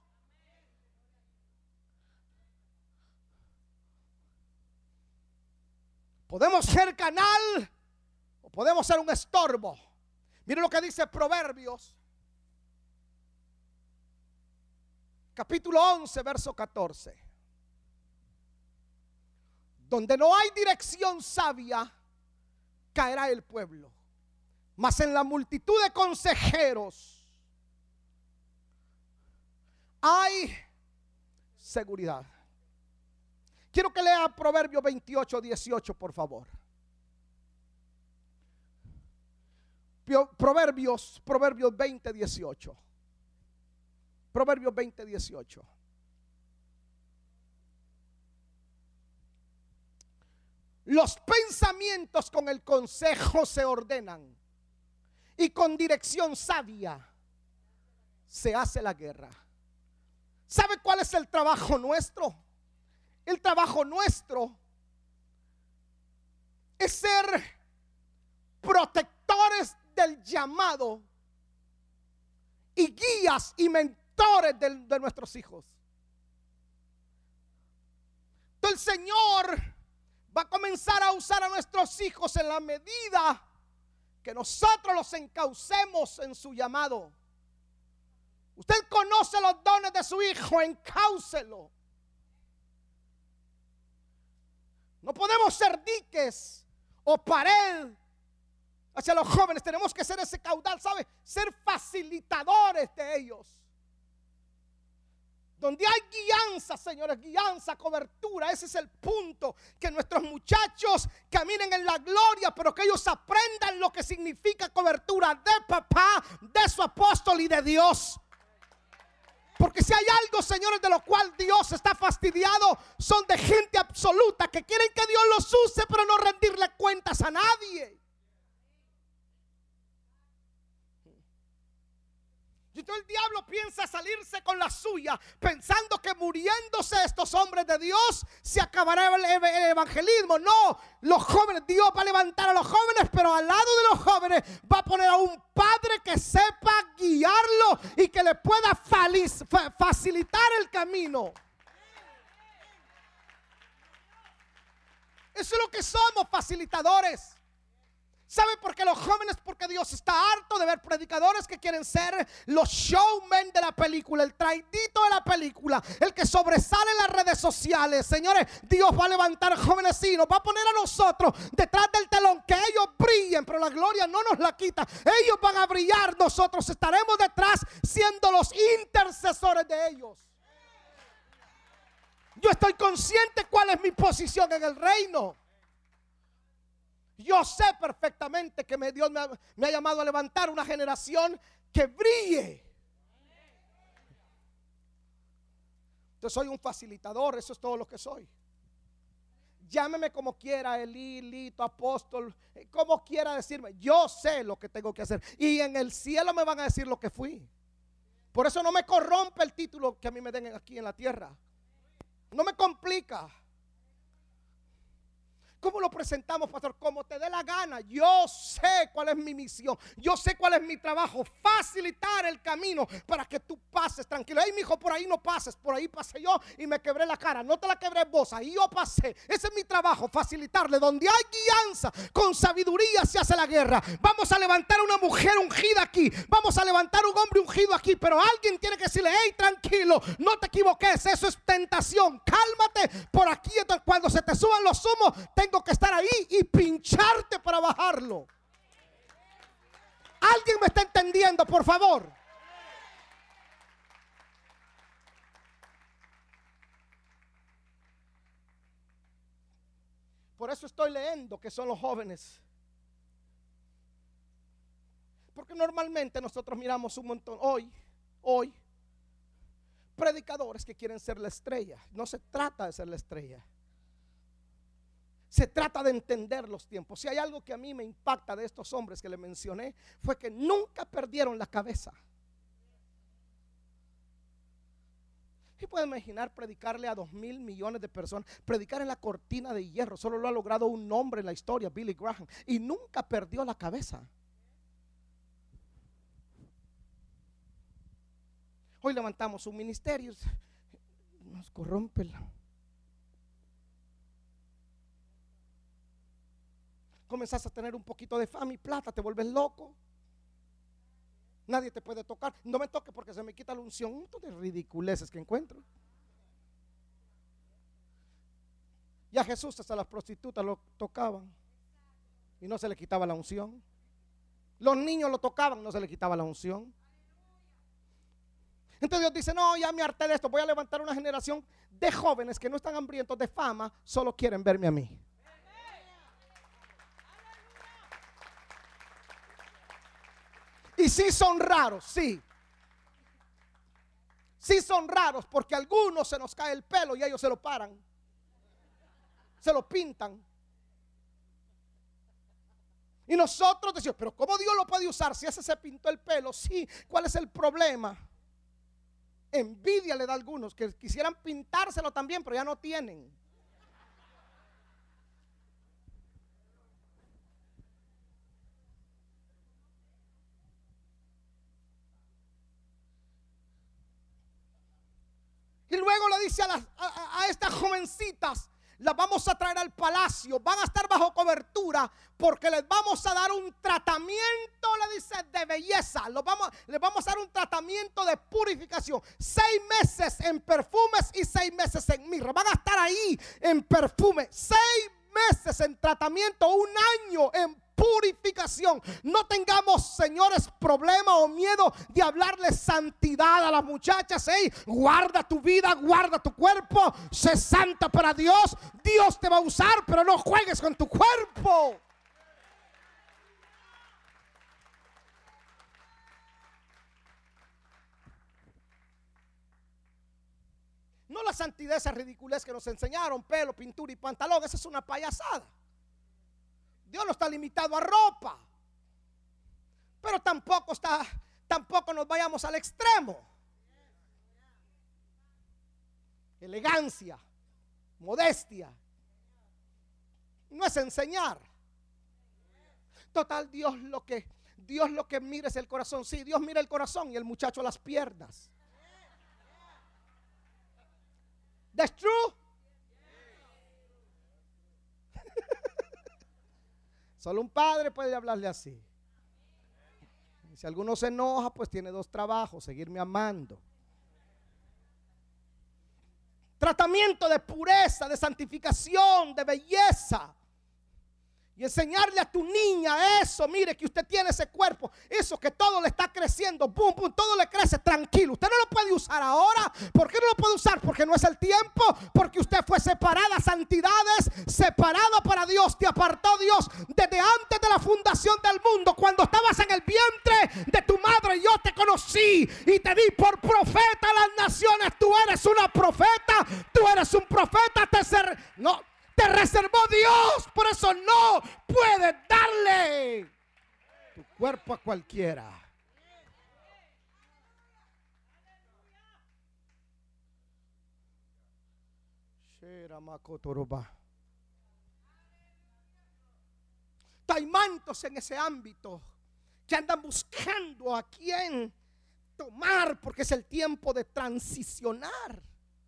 Podemos ser canal o podemos ser un estorbo. Miren lo que dice Proverbios capítulo once, verso catorce. Donde no hay dirección sabia, caerá el pueblo. Mas en la multitud de consejeros hay seguridad. Quiero que lea Proverbios veintiocho, dieciocho, por favor. Proverbios, Proverbios veinte, dieciocho. Proverbios veinte, dieciocho. Los pensamientos con el consejo se ordenan, y con dirección sabia se hace la guerra. ¿Sabe cuál es el trabajo nuestro? El trabajo nuestro es ser protectores del llamado y guías y mentores de, de nuestros hijos. Entonces el Señor va a comenzar a usar a nuestros hijos en la medida que nosotros los encaucemos en su llamado. Usted conoce los dones de su hijo, encáucelo. No podemos ser diques o pared hacia los jóvenes. Tenemos que ser ese caudal, ¿sabe? Ser facilitadores de ellos. Donde hay guianza, señores, guianza, cobertura. Ese es el punto. Que nuestros muchachos caminen en la gloria, pero que ellos aprendan lo que significa cobertura de papá, de su apóstol y de Dios. Porque si hay algo, señores, de lo cual Dios está fastidiado, son de gente absoluta que quieren que Dios los use, pero no rendirle cuentas a nadie. Y todo el diablo piensa salirse con la suya, pensando que muriéndose estos hombres de Dios se acabará el evangelismo. No, los jóvenes, Dios va a levantar a los jóvenes, pero al lado de los jóvenes va a poner a un padre que sepa guiarlo y que le pueda facilitar el camino. Eso es lo que somos, facilitadores. ¿Sabe por qué los jóvenes? Porque Dios está harto de ver predicadores que quieren ser los showmen de la película, el traidito de la película, el que sobresale en las redes sociales. Señores, Dios va a levantar jóvenes y nos va a poner a nosotros detrás del telón, que ellos brillen, pero la gloria no nos la quita. Ellos van a brillar, nosotros estaremos detrás siendo los intercesores de ellos. Yo estoy consciente cuál es mi posición en el reino. Yo sé perfectamente que me, Dios me ha, me ha llamado a levantar una generación que brille. Yo soy un facilitador, eso es todo lo que soy. Llámeme como quiera, Elí, Lito, apóstol, como quiera decirme. Yo sé lo que tengo que hacer. Y en el cielo me van a decir lo que fui. Por eso no me corrompe el título que a mí me den aquí en la tierra. No me complica. ¿Cómo lo presentamos, pastor? Como te dé la gana. Yo sé cuál es mi misión. Yo sé cuál es mi trabajo. Facilitar el camino para que tú pases tranquilo. Ay, mi hijo, por ahí no pases. Por ahí pasé yo y me quebré la cara. No te la quebré vos. Ahí yo pasé. Ese es mi trabajo, facilitarle. Donde hay guianza, con sabiduría se hace la guerra. Vamos a levantar a una mujer ungida aquí. Vamos a levantar a un hombre ungido aquí. Pero alguien tiene que decirle: hey, tranquilo, no te equivoques. Eso es tentación. Cálmate. Por aquí, cuando se te suban los humos, tengo que estar ahí y pincharte para bajarlo. ¿Alguien me está entendiendo, por favor? Por eso estoy leyendo que son los jóvenes. Porque normalmente nosotros miramos un montón hoy, hoy, predicadores que quieren ser la estrella. No se trata de ser la estrella. Se trata de entender los tiempos. Si hay algo que a mí me impacta de estos hombres que le mencioné, fue que nunca perdieron la cabeza. ¿Y puede imaginar predicarle a dos mil millones de personas? Predicar en la cortina de hierro. Solo lo ha logrado un hombre en la historia, Billy Graham. Y nunca perdió la cabeza. Hoy levantamos un ministerio, nos corrompe la... Comenzás a tener un poquito de fama y plata, te vuelves loco. Nadie te puede tocar. No me toque porque se me quita la unción. Un montón de ridiculeces que encuentro. Y a Jesús hasta las prostitutas lo tocaban y no se le quitaba la unción. Los niños lo tocaban, no se le quitaba la unción. Entonces Dios dice, no, ya me harté de esto, voy a levantar una generación de jóvenes que no están hambrientos de fama, solo quieren verme a mí. Y sí son raros, sí. Sí son raros, porque a algunos se nos cae el pelo y ellos se lo paran, se lo pintan. Y nosotros decimos, pero ¿cómo Dios lo puede usar si ese se pintó el pelo? Sí, ¿cuál es el problema? Envidia le da a algunos que quisieran pintárselo también, pero ya no tienen. Y luego le dice a, las, a, a estas jovencitas, las vamos a traer al palacio, van a estar bajo cobertura porque les vamos a dar un tratamiento, le dice, de belleza. Los vamos, les vamos a dar un tratamiento de purificación. Seis meses en perfumes y seis meses en mirra. Van a estar ahí en perfume. Seis meses en tratamiento, un año en purificación. No tengamos, señores, problema o miedo de hablarle santidad a las muchachas. Hey, guarda tu vida, guarda tu cuerpo, sé santa para Dios. Dios te va a usar, pero no juegues con tu cuerpo. No la santidad, esa ridiculez que nos enseñaron, pelo, pintura y pantalón, esa es una payasada. Dios no está limitado a ropa, pero tampoco está, tampoco nos vayamos al extremo. Elegancia, modestia, no es enseñar. Total, Dios lo que Dios lo que mira es el corazón. Sí, Dios mira el corazón y el muchacho las piernas. That's true. Solo un padre puede hablarle así. Si alguno se enoja, pues tiene dos trabajos: seguirme amando. Tratamiento de pureza, de santificación, de belleza. Y enseñarle a tu niña eso. Mire que usted tiene ese cuerpo, eso que todo le está creciendo, boom, boom, todo le crece, tranquilo. Usted no lo puede usar ahora. ¿Por qué no lo puede usar? Porque no es el tiempo. Porque usted fue separada, santidades, separado para Dios. Te apartó Dios desde antes de la fundación del mundo. Cuando estabas en el vientre de tu madre, yo te conocí y te di por profeta a las naciones. Tú eres una profeta, tú eres un profeta. Te ser, no Te reservó Dios, por eso no puedes darle tu cuerpo a cualquiera. Hay mantos en ese ámbito que andan buscando a quién tomar, porque es el tiempo de transicionar.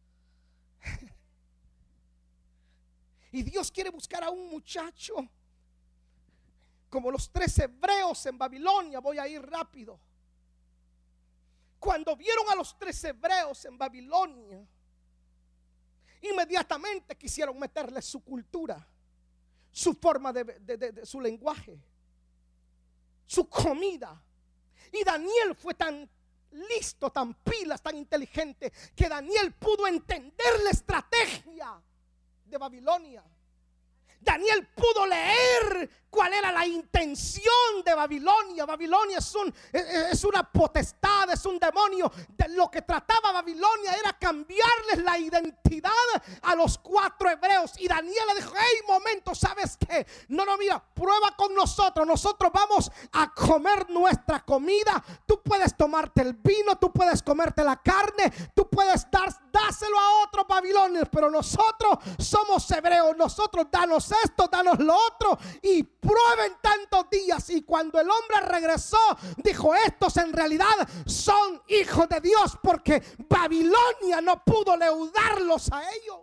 Y Dios quiere buscar a un muchacho como los tres hebreos en Babilonia. Voy a ir rápido. Cuando vieron a los tres hebreos en Babilonia, inmediatamente quisieron meterle su cultura, su forma de, de, de, de su lenguaje, su comida. Y Daniel fue tan listo, tan pilas, tan inteligente, que Daniel pudo entender la estrategia de Babilonia. Daniel pudo leer cuál era la intención de Babilonia. Babilonia es, un, es una potestad, es un demonio. De lo que trataba Babilonia era cambiarles la identidad a los cuatro hebreos. Y Daniel le dijo: hey, momento, ¿sabes qué? No, no, mira, prueba con nosotros. Nosotros vamos a comer nuestra comida. Tú puedes tomarte el vino, tú puedes comerte la carne, tú puedes dar, dáselo a otros babilonios, pero nosotros somos hebreos. Nosotros danos esto, danos lo otro, y prueben tantos días. Y cuando el hombre regresó, dijo: estos en realidad son hijos de Dios, porque Babilonia no pudo leudarlos a ellos.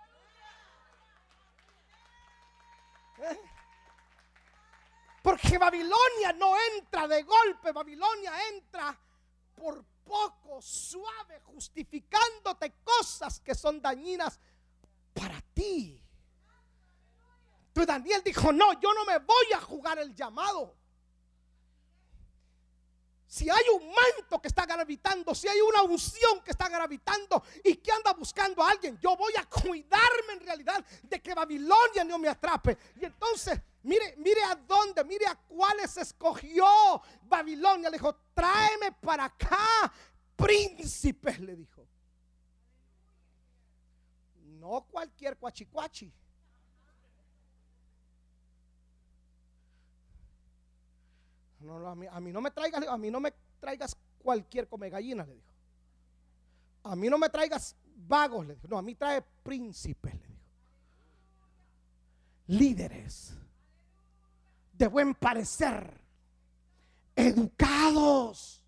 ¿Eh? Porque Babilonia no entra de golpe, Babilonia entra por poco, suave, justificándote cosas que son dañinas para ti. Entonces Daniel dijo: no, yo no me voy a jugar el llamado. Si hay un manto que está gravitando, si hay una unción que está gravitando y que anda buscando a alguien, yo voy a cuidarme en realidad de que Babilonia no me atrape. Y entonces, mire, mire a dónde, mire a cuáles escogió Babilonia. Le dijo: tráeme para acá príncipes, le dijo. No cualquier cuachicuachi. No, no, a, mí, a mí no me traigas, a mí no me traigas cualquier come gallina, le dijo. A mí no me traigas vagos, le dijo. No, a mí trae príncipes, le dijo. Líderes de buen parecer, educados.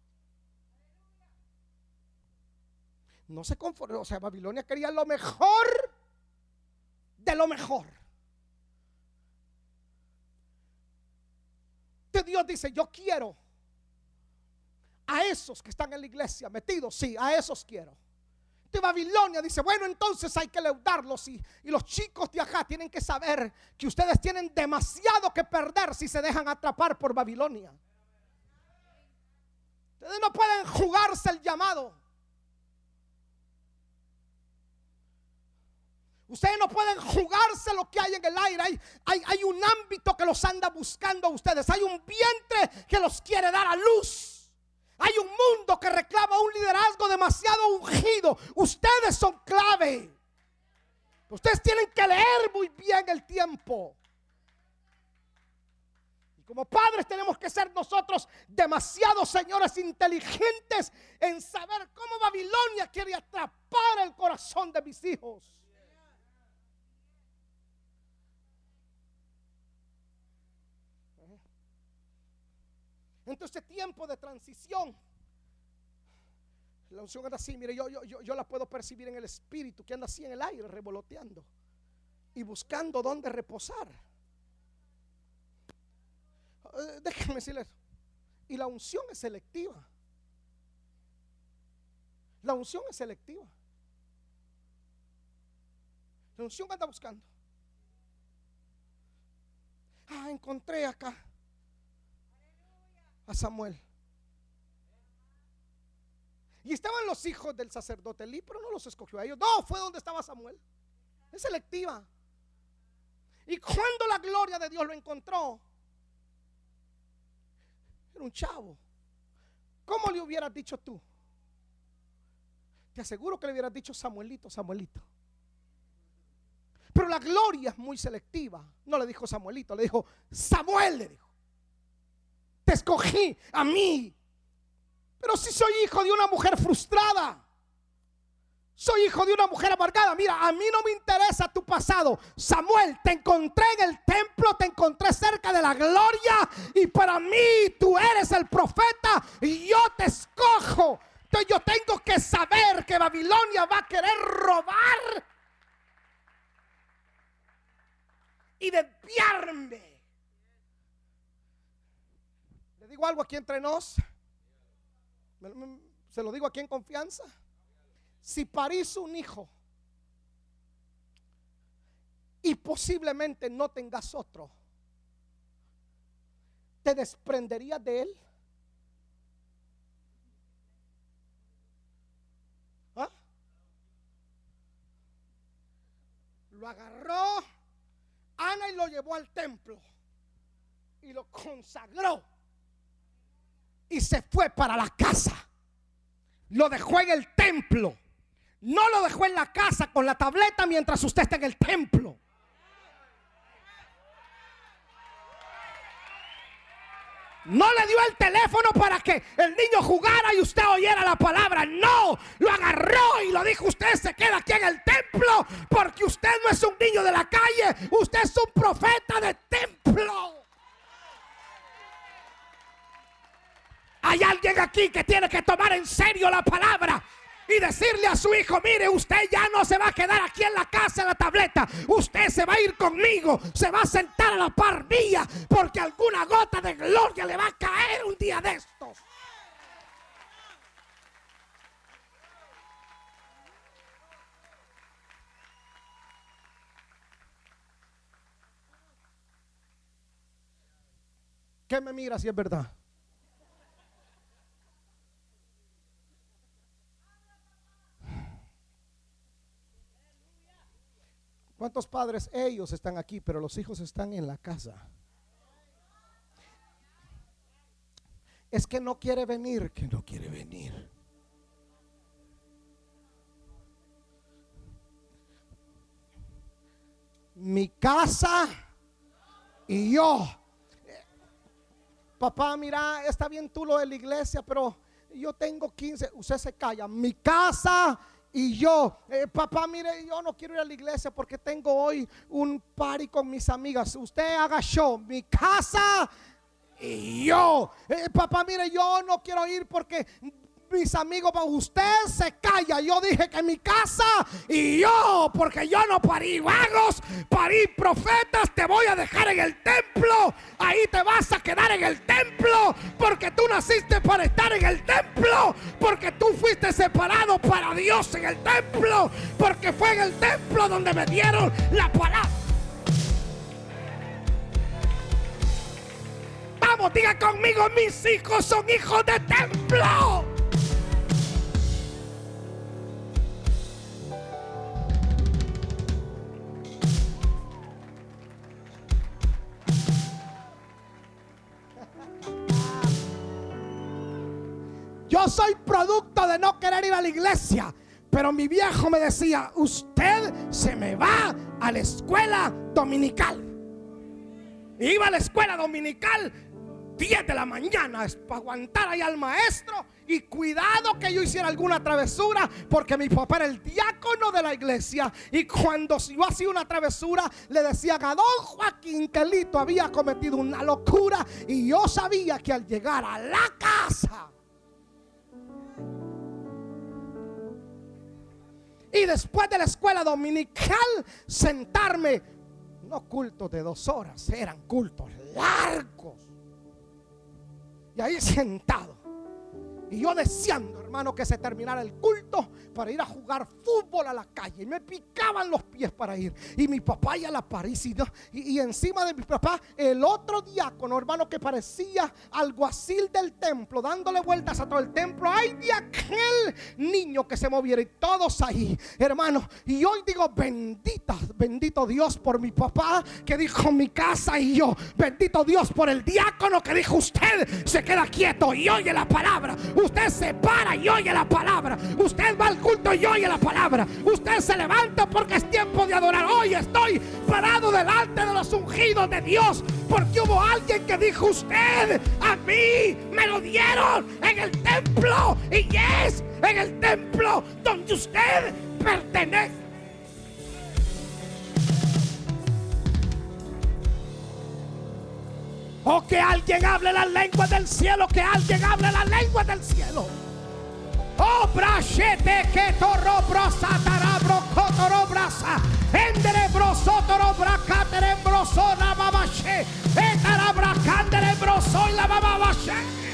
No se conformó, o sea, Babilonia quería lo mejor de lo mejor. Dios dice: yo quiero a esos que están en la iglesia metidos, sí, a esos quiero. De Babilonia dice: bueno, entonces hay que leudarlos, y, y los chicos de acá tienen que saber que ustedes tienen demasiado que perder si se dejan atrapar por Babilonia. Ustedes no pueden jugarse el llamado. Ustedes no pueden jugarse lo que hay en el aire. Hay, hay, hay un ámbito que los anda buscando a ustedes. Hay un vientre que los quiere dar a luz. Hay un mundo que reclama un liderazgo demasiado ungido. Ustedes son clave. Ustedes tienen que leer muy bien el tiempo. Y como padres tenemos que ser nosotros demasiado, señores, inteligentes en saber cómo Babilonia quiere atrapar el corazón de mis hijos. Entonces, este tiempo de transición, la unción anda así, mire, yo, yo, yo, yo la puedo percibir en el espíritu, que anda así en el aire, revoloteando y buscando dónde reposar. Eh, déjenme decirles, y la unción es selectiva. La unción es selectiva. La unción anda buscando. Ah, encontré acá a Samuel. Y estaban los hijos del sacerdote Elí, pero no los escogió a ellos. No, fue donde estaba Samuel. Es selectiva. Y cuando la gloria de Dios lo encontró, era un chavo. ¿Cómo le hubieras dicho tú? Te aseguro que le hubieras dicho: Samuelito, Samuelito. Pero la gloria es muy selectiva. No le dijo Samuelito, le dijo Samuel, le dijo. Te escogí a mí. Pero si soy hijo de una mujer frustrada, soy hijo de una mujer amargada, mira, a mí no me interesa tu pasado. Samuel, te encontré en el templo, te encontré cerca de la gloria, y para mí tú eres el profeta y yo te escojo. Entonces yo tengo que saber que Babilonia va a querer robar y desviarme. Digo algo aquí entre nos, se lo digo aquí en confianza. Si parís un hijo y posiblemente no tengas otro, ¿te desprenderías de él? ¿Ah? Lo agarró Ana y lo llevó al templo y lo consagró. Y se fue para la casa. Lo dejó en el templo. No lo dejó en la casa con la tableta mientras usted está en el templo. No le dio el teléfono para que el niño jugara y usted oyera la palabra. No, lo agarró y lo dijo: usted se queda aquí en el templo, porque usted no es un niño de la calle, usted es un profeta de templo. Hay alguien aquí que tiene que tomar en serio la palabra y decirle a su hijo: mire, usted ya no se va a quedar aquí en la casa en la tableta, usted se va a ir conmigo, se va a sentar a la par mía, porque alguna gota de gloria le va a caer un día de estos. ¿Qué me mira si es verdad? ¿Cuántos padres? Ellos están aquí, pero los hijos están en la casa. Es que no quiere venir, que no quiere venir. Mi casa y yo. Papá, mira, está bien tú lo de la iglesia, pero yo tengo quince. Usted se calla. Mi casa y yo. eh, Papá, mire, yo no quiero ir a la iglesia porque tengo hoy un party con mis amigas. Usted haga show. Mi casa y yo. eh, Papá, mire, yo no quiero ir porque mis amigos, usted se calla. Yo dije que mi casa y yo, porque yo no parí vagos, parí profetas. Te voy a dejar en el templo. Ahí te vas a quedar en el templo, porque tú naciste para estar en el templo, porque tú fuiste separado para Dios en el templo, porque fue en el templo donde me dieron la palabra. Vamos, diga conmigo: mis hijos son hijos de templo. Yo soy producto de no querer ir a la iglesia, pero mi viejo me decía: usted se me va a la escuela dominical. Iba a la escuela dominical diez de la mañana para aguantar ahí al maestro, y cuidado que yo hiciera alguna travesura, porque mi papá era el diácono de la iglesia, y cuando yo hacía una travesura le decían a don Joaquín que Lito había cometido una locura, y yo sabía que al llegar a la casa y después de la escuela dominical sentarme, no cultos de dos horas, eran cultos largos, y ahí sentado, y yo deseando, hermano, que se terminara el culto para ir a jugar fútbol a la calle. Y me picaban los pies para ir. Y mi papá ya la París. Y, y, y encima de mi papá, el otro diácono, hermano, que parecía alguacil del templo, dándole vueltas a todo el templo. Ay, de aquel niño que se moviera. Y todos ahí, hermano. Y hoy digo: bendita, bendito Dios por mi papá que dijo mi casa y yo. Bendito Dios por el diácono que dijo: usted se queda quieto y oye la palabra. Usted se para y oye la palabra. Usted va al culto y oye la palabra. Usted se levanta porque es tiempo de adorar. Hoy estoy parado delante de los ungidos de Dios, porque hubo alguien que dijo: usted, a mí me lo dieron en el templo, y es en el templo donde usted pertenece. O que alguien hable las lenguas del cielo, que alguien hable las lenguas del cielo. Oh, brachete que torro brosa tarabro cotoro brasa. Endere broso toro bracatere broso la babache. Etarabra candere broso y la babache.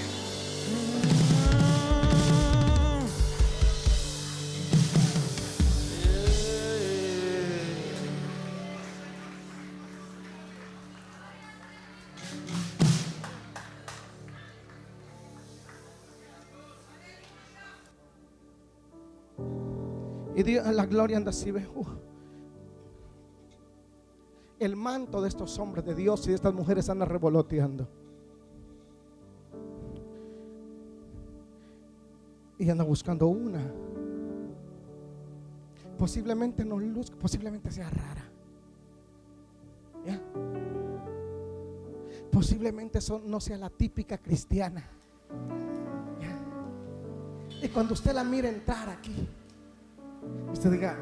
Y Dios, la gloria anda así, ve. Uh. El manto de estos hombres de Dios y de estas mujeres anda revoloteando. Y anda buscando una. Posiblemente no luzca, posiblemente sea rara. ¿Ya? Posiblemente son, no sea la típica cristiana. ¿Ya? Y cuando usted la mire entrar aquí, usted diga: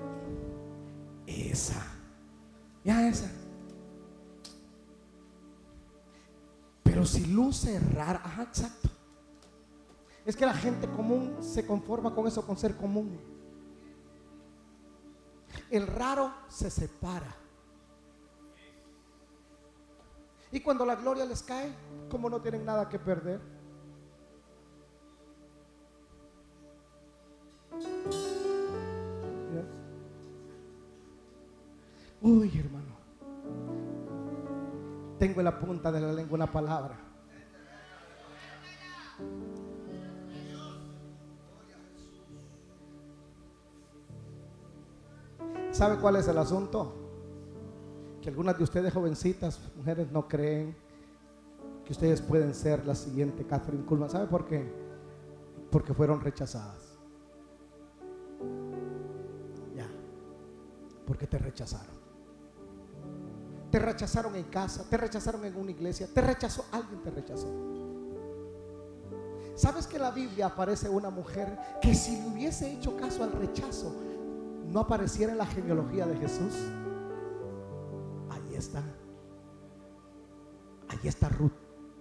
esa, ya esa. Pero si luce rara, ajá, exacto. Es que la gente común se conforma con eso, con ser común. El raro se separa. Y cuando la gloria les cae, como no tienen nada que perder. Uy, hermano, Tengo en la punta de la lengua una palabra. ¿Sabe cuál es el asunto? Que algunas de ustedes, jovencitas, mujeres, no creen que ustedes pueden ser la siguiente Kathryn Kuhlman. ¿Sabe por qué? Porque fueron rechazadas. Ya. Porque te rechazaron. Te rechazaron en casa, te rechazaron en una iglesia, te rechazó, alguien te rechazó. ¿Sabes que en la Biblia aparece una mujer que si le hubiese hecho caso al rechazo, no apareciera en la genealogía de Jesús? Ahí está. Ahí está Ruth.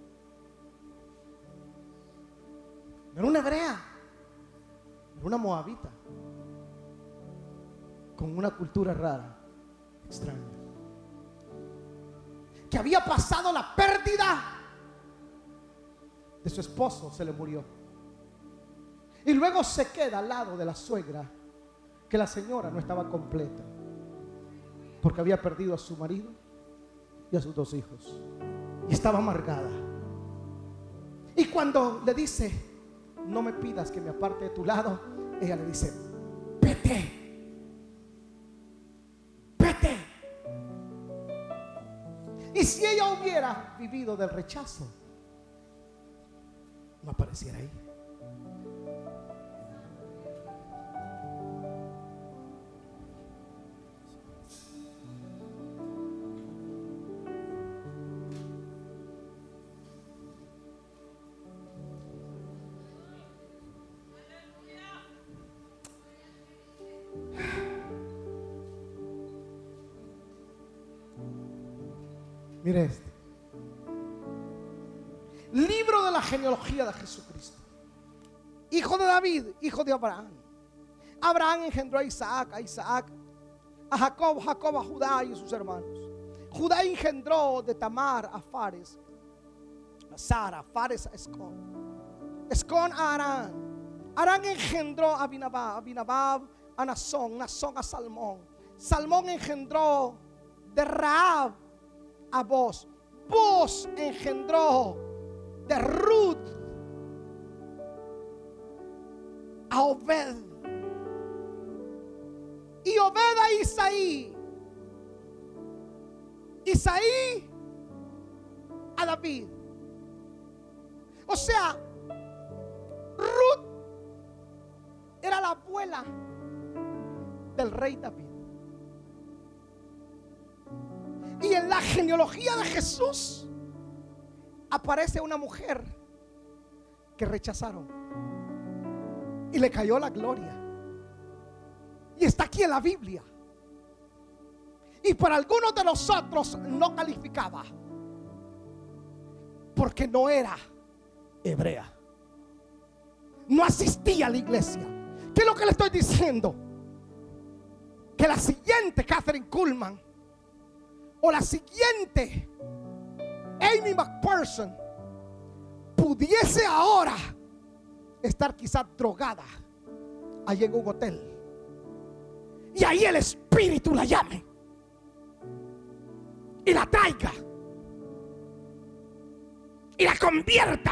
No era una hebrea, era una moabita, con una cultura rara, extraña, que había pasado la pérdida de su esposo, se le murió, y luego se queda al lado de la suegra, que la señora no estaba completa, porque había perdido a su marido y a sus dos hijos, y estaba amargada. Y cuando le dice: no me pidas que me aparte de tu lado, ella le dice: vete, vete. Y si ella hubiera vivido del rechazo, no apareciera ahí. Mire este libro de la genealogía de Jesucristo, hijo de David, hijo de Abraham. Abraham engendró a Isaac, a Isaac, a Jacob, Jacob a Judá y a sus hermanos. Judá engendró de Tamar a Fares, a Sara, Fares a Escón, Escón a Arán. Arán engendró a Abinadab, Abinadab a Nazón, Nazón a Salmón. Salmón engendró de Rahab a Boz. Boz engendró de Ruth a Obed, y Obed a Isaí, Isaí a David. O sea, Ruth era la abuela del rey David. Y en la genealogía de Jesús aparece una mujer que rechazaron y le cayó la gloria, y está aquí en la Biblia. Y para algunos de nosotros no calificaba porque no era hebrea, no asistía a la iglesia. ¿Qué es lo que le estoy diciendo? Que la siguiente Kathryn Kuhlman o la siguiente Amy McPherson pudiese ahora estar quizás drogada allí en un hotel, y ahí el Espíritu la llame y la traiga y la convierta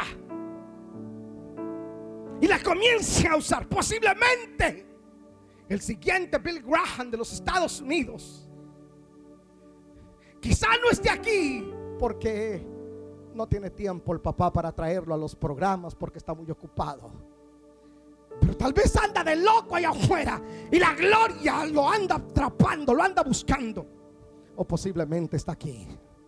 y la comience a usar. Posiblemente el siguiente Bill Graham de los Estados Unidos quizá no esté aquí porque no tiene tiempo el papá para traerlo a los programas, porque está muy ocupado. Pero tal vez anda de loco allá afuera y la gloria lo anda atrapando, lo anda buscando. O posiblemente está aquí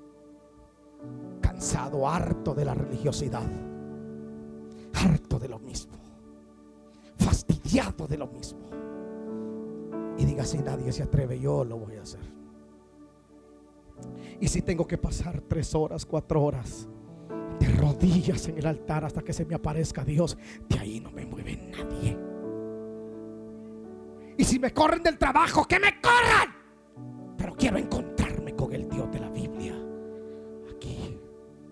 cansado, harto de la religiosidad, harto de lo mismo, fastidiado de lo mismo, y diga: si nadie se atreve, yo lo voy a hacer. Y si tengo que pasar tres horas, cuatro horas de rodillas en el altar hasta que se me aparezca Dios, de ahí no me mueve nadie. Y si me corren del trabajo, que me corran, pero quiero encontrarme con el Dios de la Biblia aquí.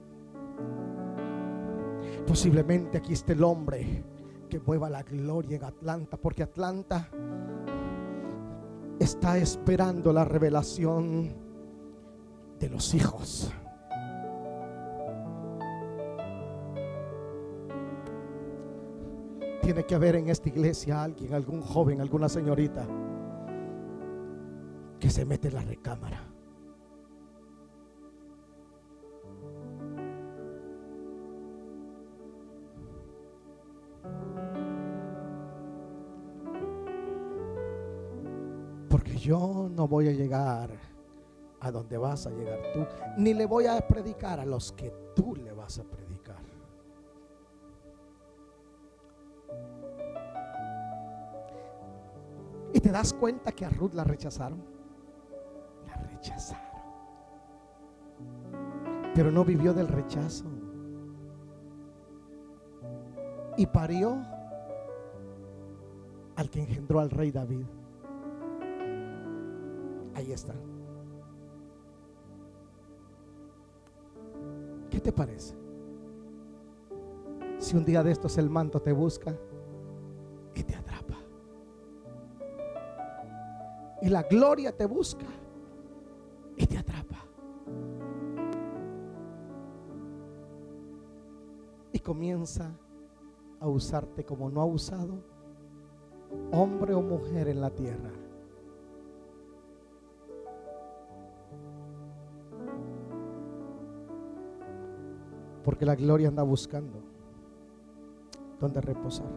Posiblemente aquí esté el hombre que mueva la gloria en Atlanta, porque Atlanta está esperando la revelación de los hijos Tiene que haber en esta iglesia alguien, algún joven, alguna señorita que se mete en la recámara. Porque yo no voy a llegar a donde vas a llegar tú, ni le voy a predicar a los que tú le vas a predicar. Y te das cuenta que a Ruth la rechazaron. La rechazaron. Pero no vivió del rechazo. Y parió al que engendró al rey David. Ahí está. ¿Qué te parece? Si un día de estos el manto te busca y te atrapa, y la gloria te busca y te atrapa, y comienza a usarte como no ha usado hombre o mujer en la tierra. Porque la gloria anda buscando donde reposar.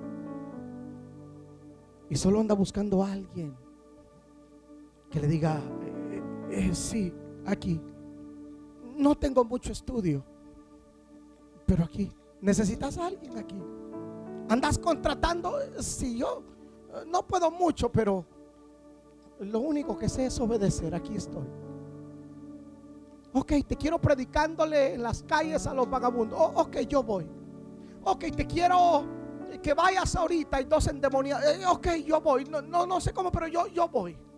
Y solo anda buscando a alguien que le diga, eh, eh, sí, aquí. No tengo mucho estudio, pero aquí. Necesitas a alguien aquí. Andas contratando, si yo no puedo mucho, pero lo único que sé es obedecer. Aquí estoy. Ok, te quiero predicándole en las calles a los vagabundos. Oh, ok, yo voy. Ok, te quiero que vayas ahorita y dos endemoniados. Eh, ok, yo voy. No, no, no sé cómo, pero yo, yo voy.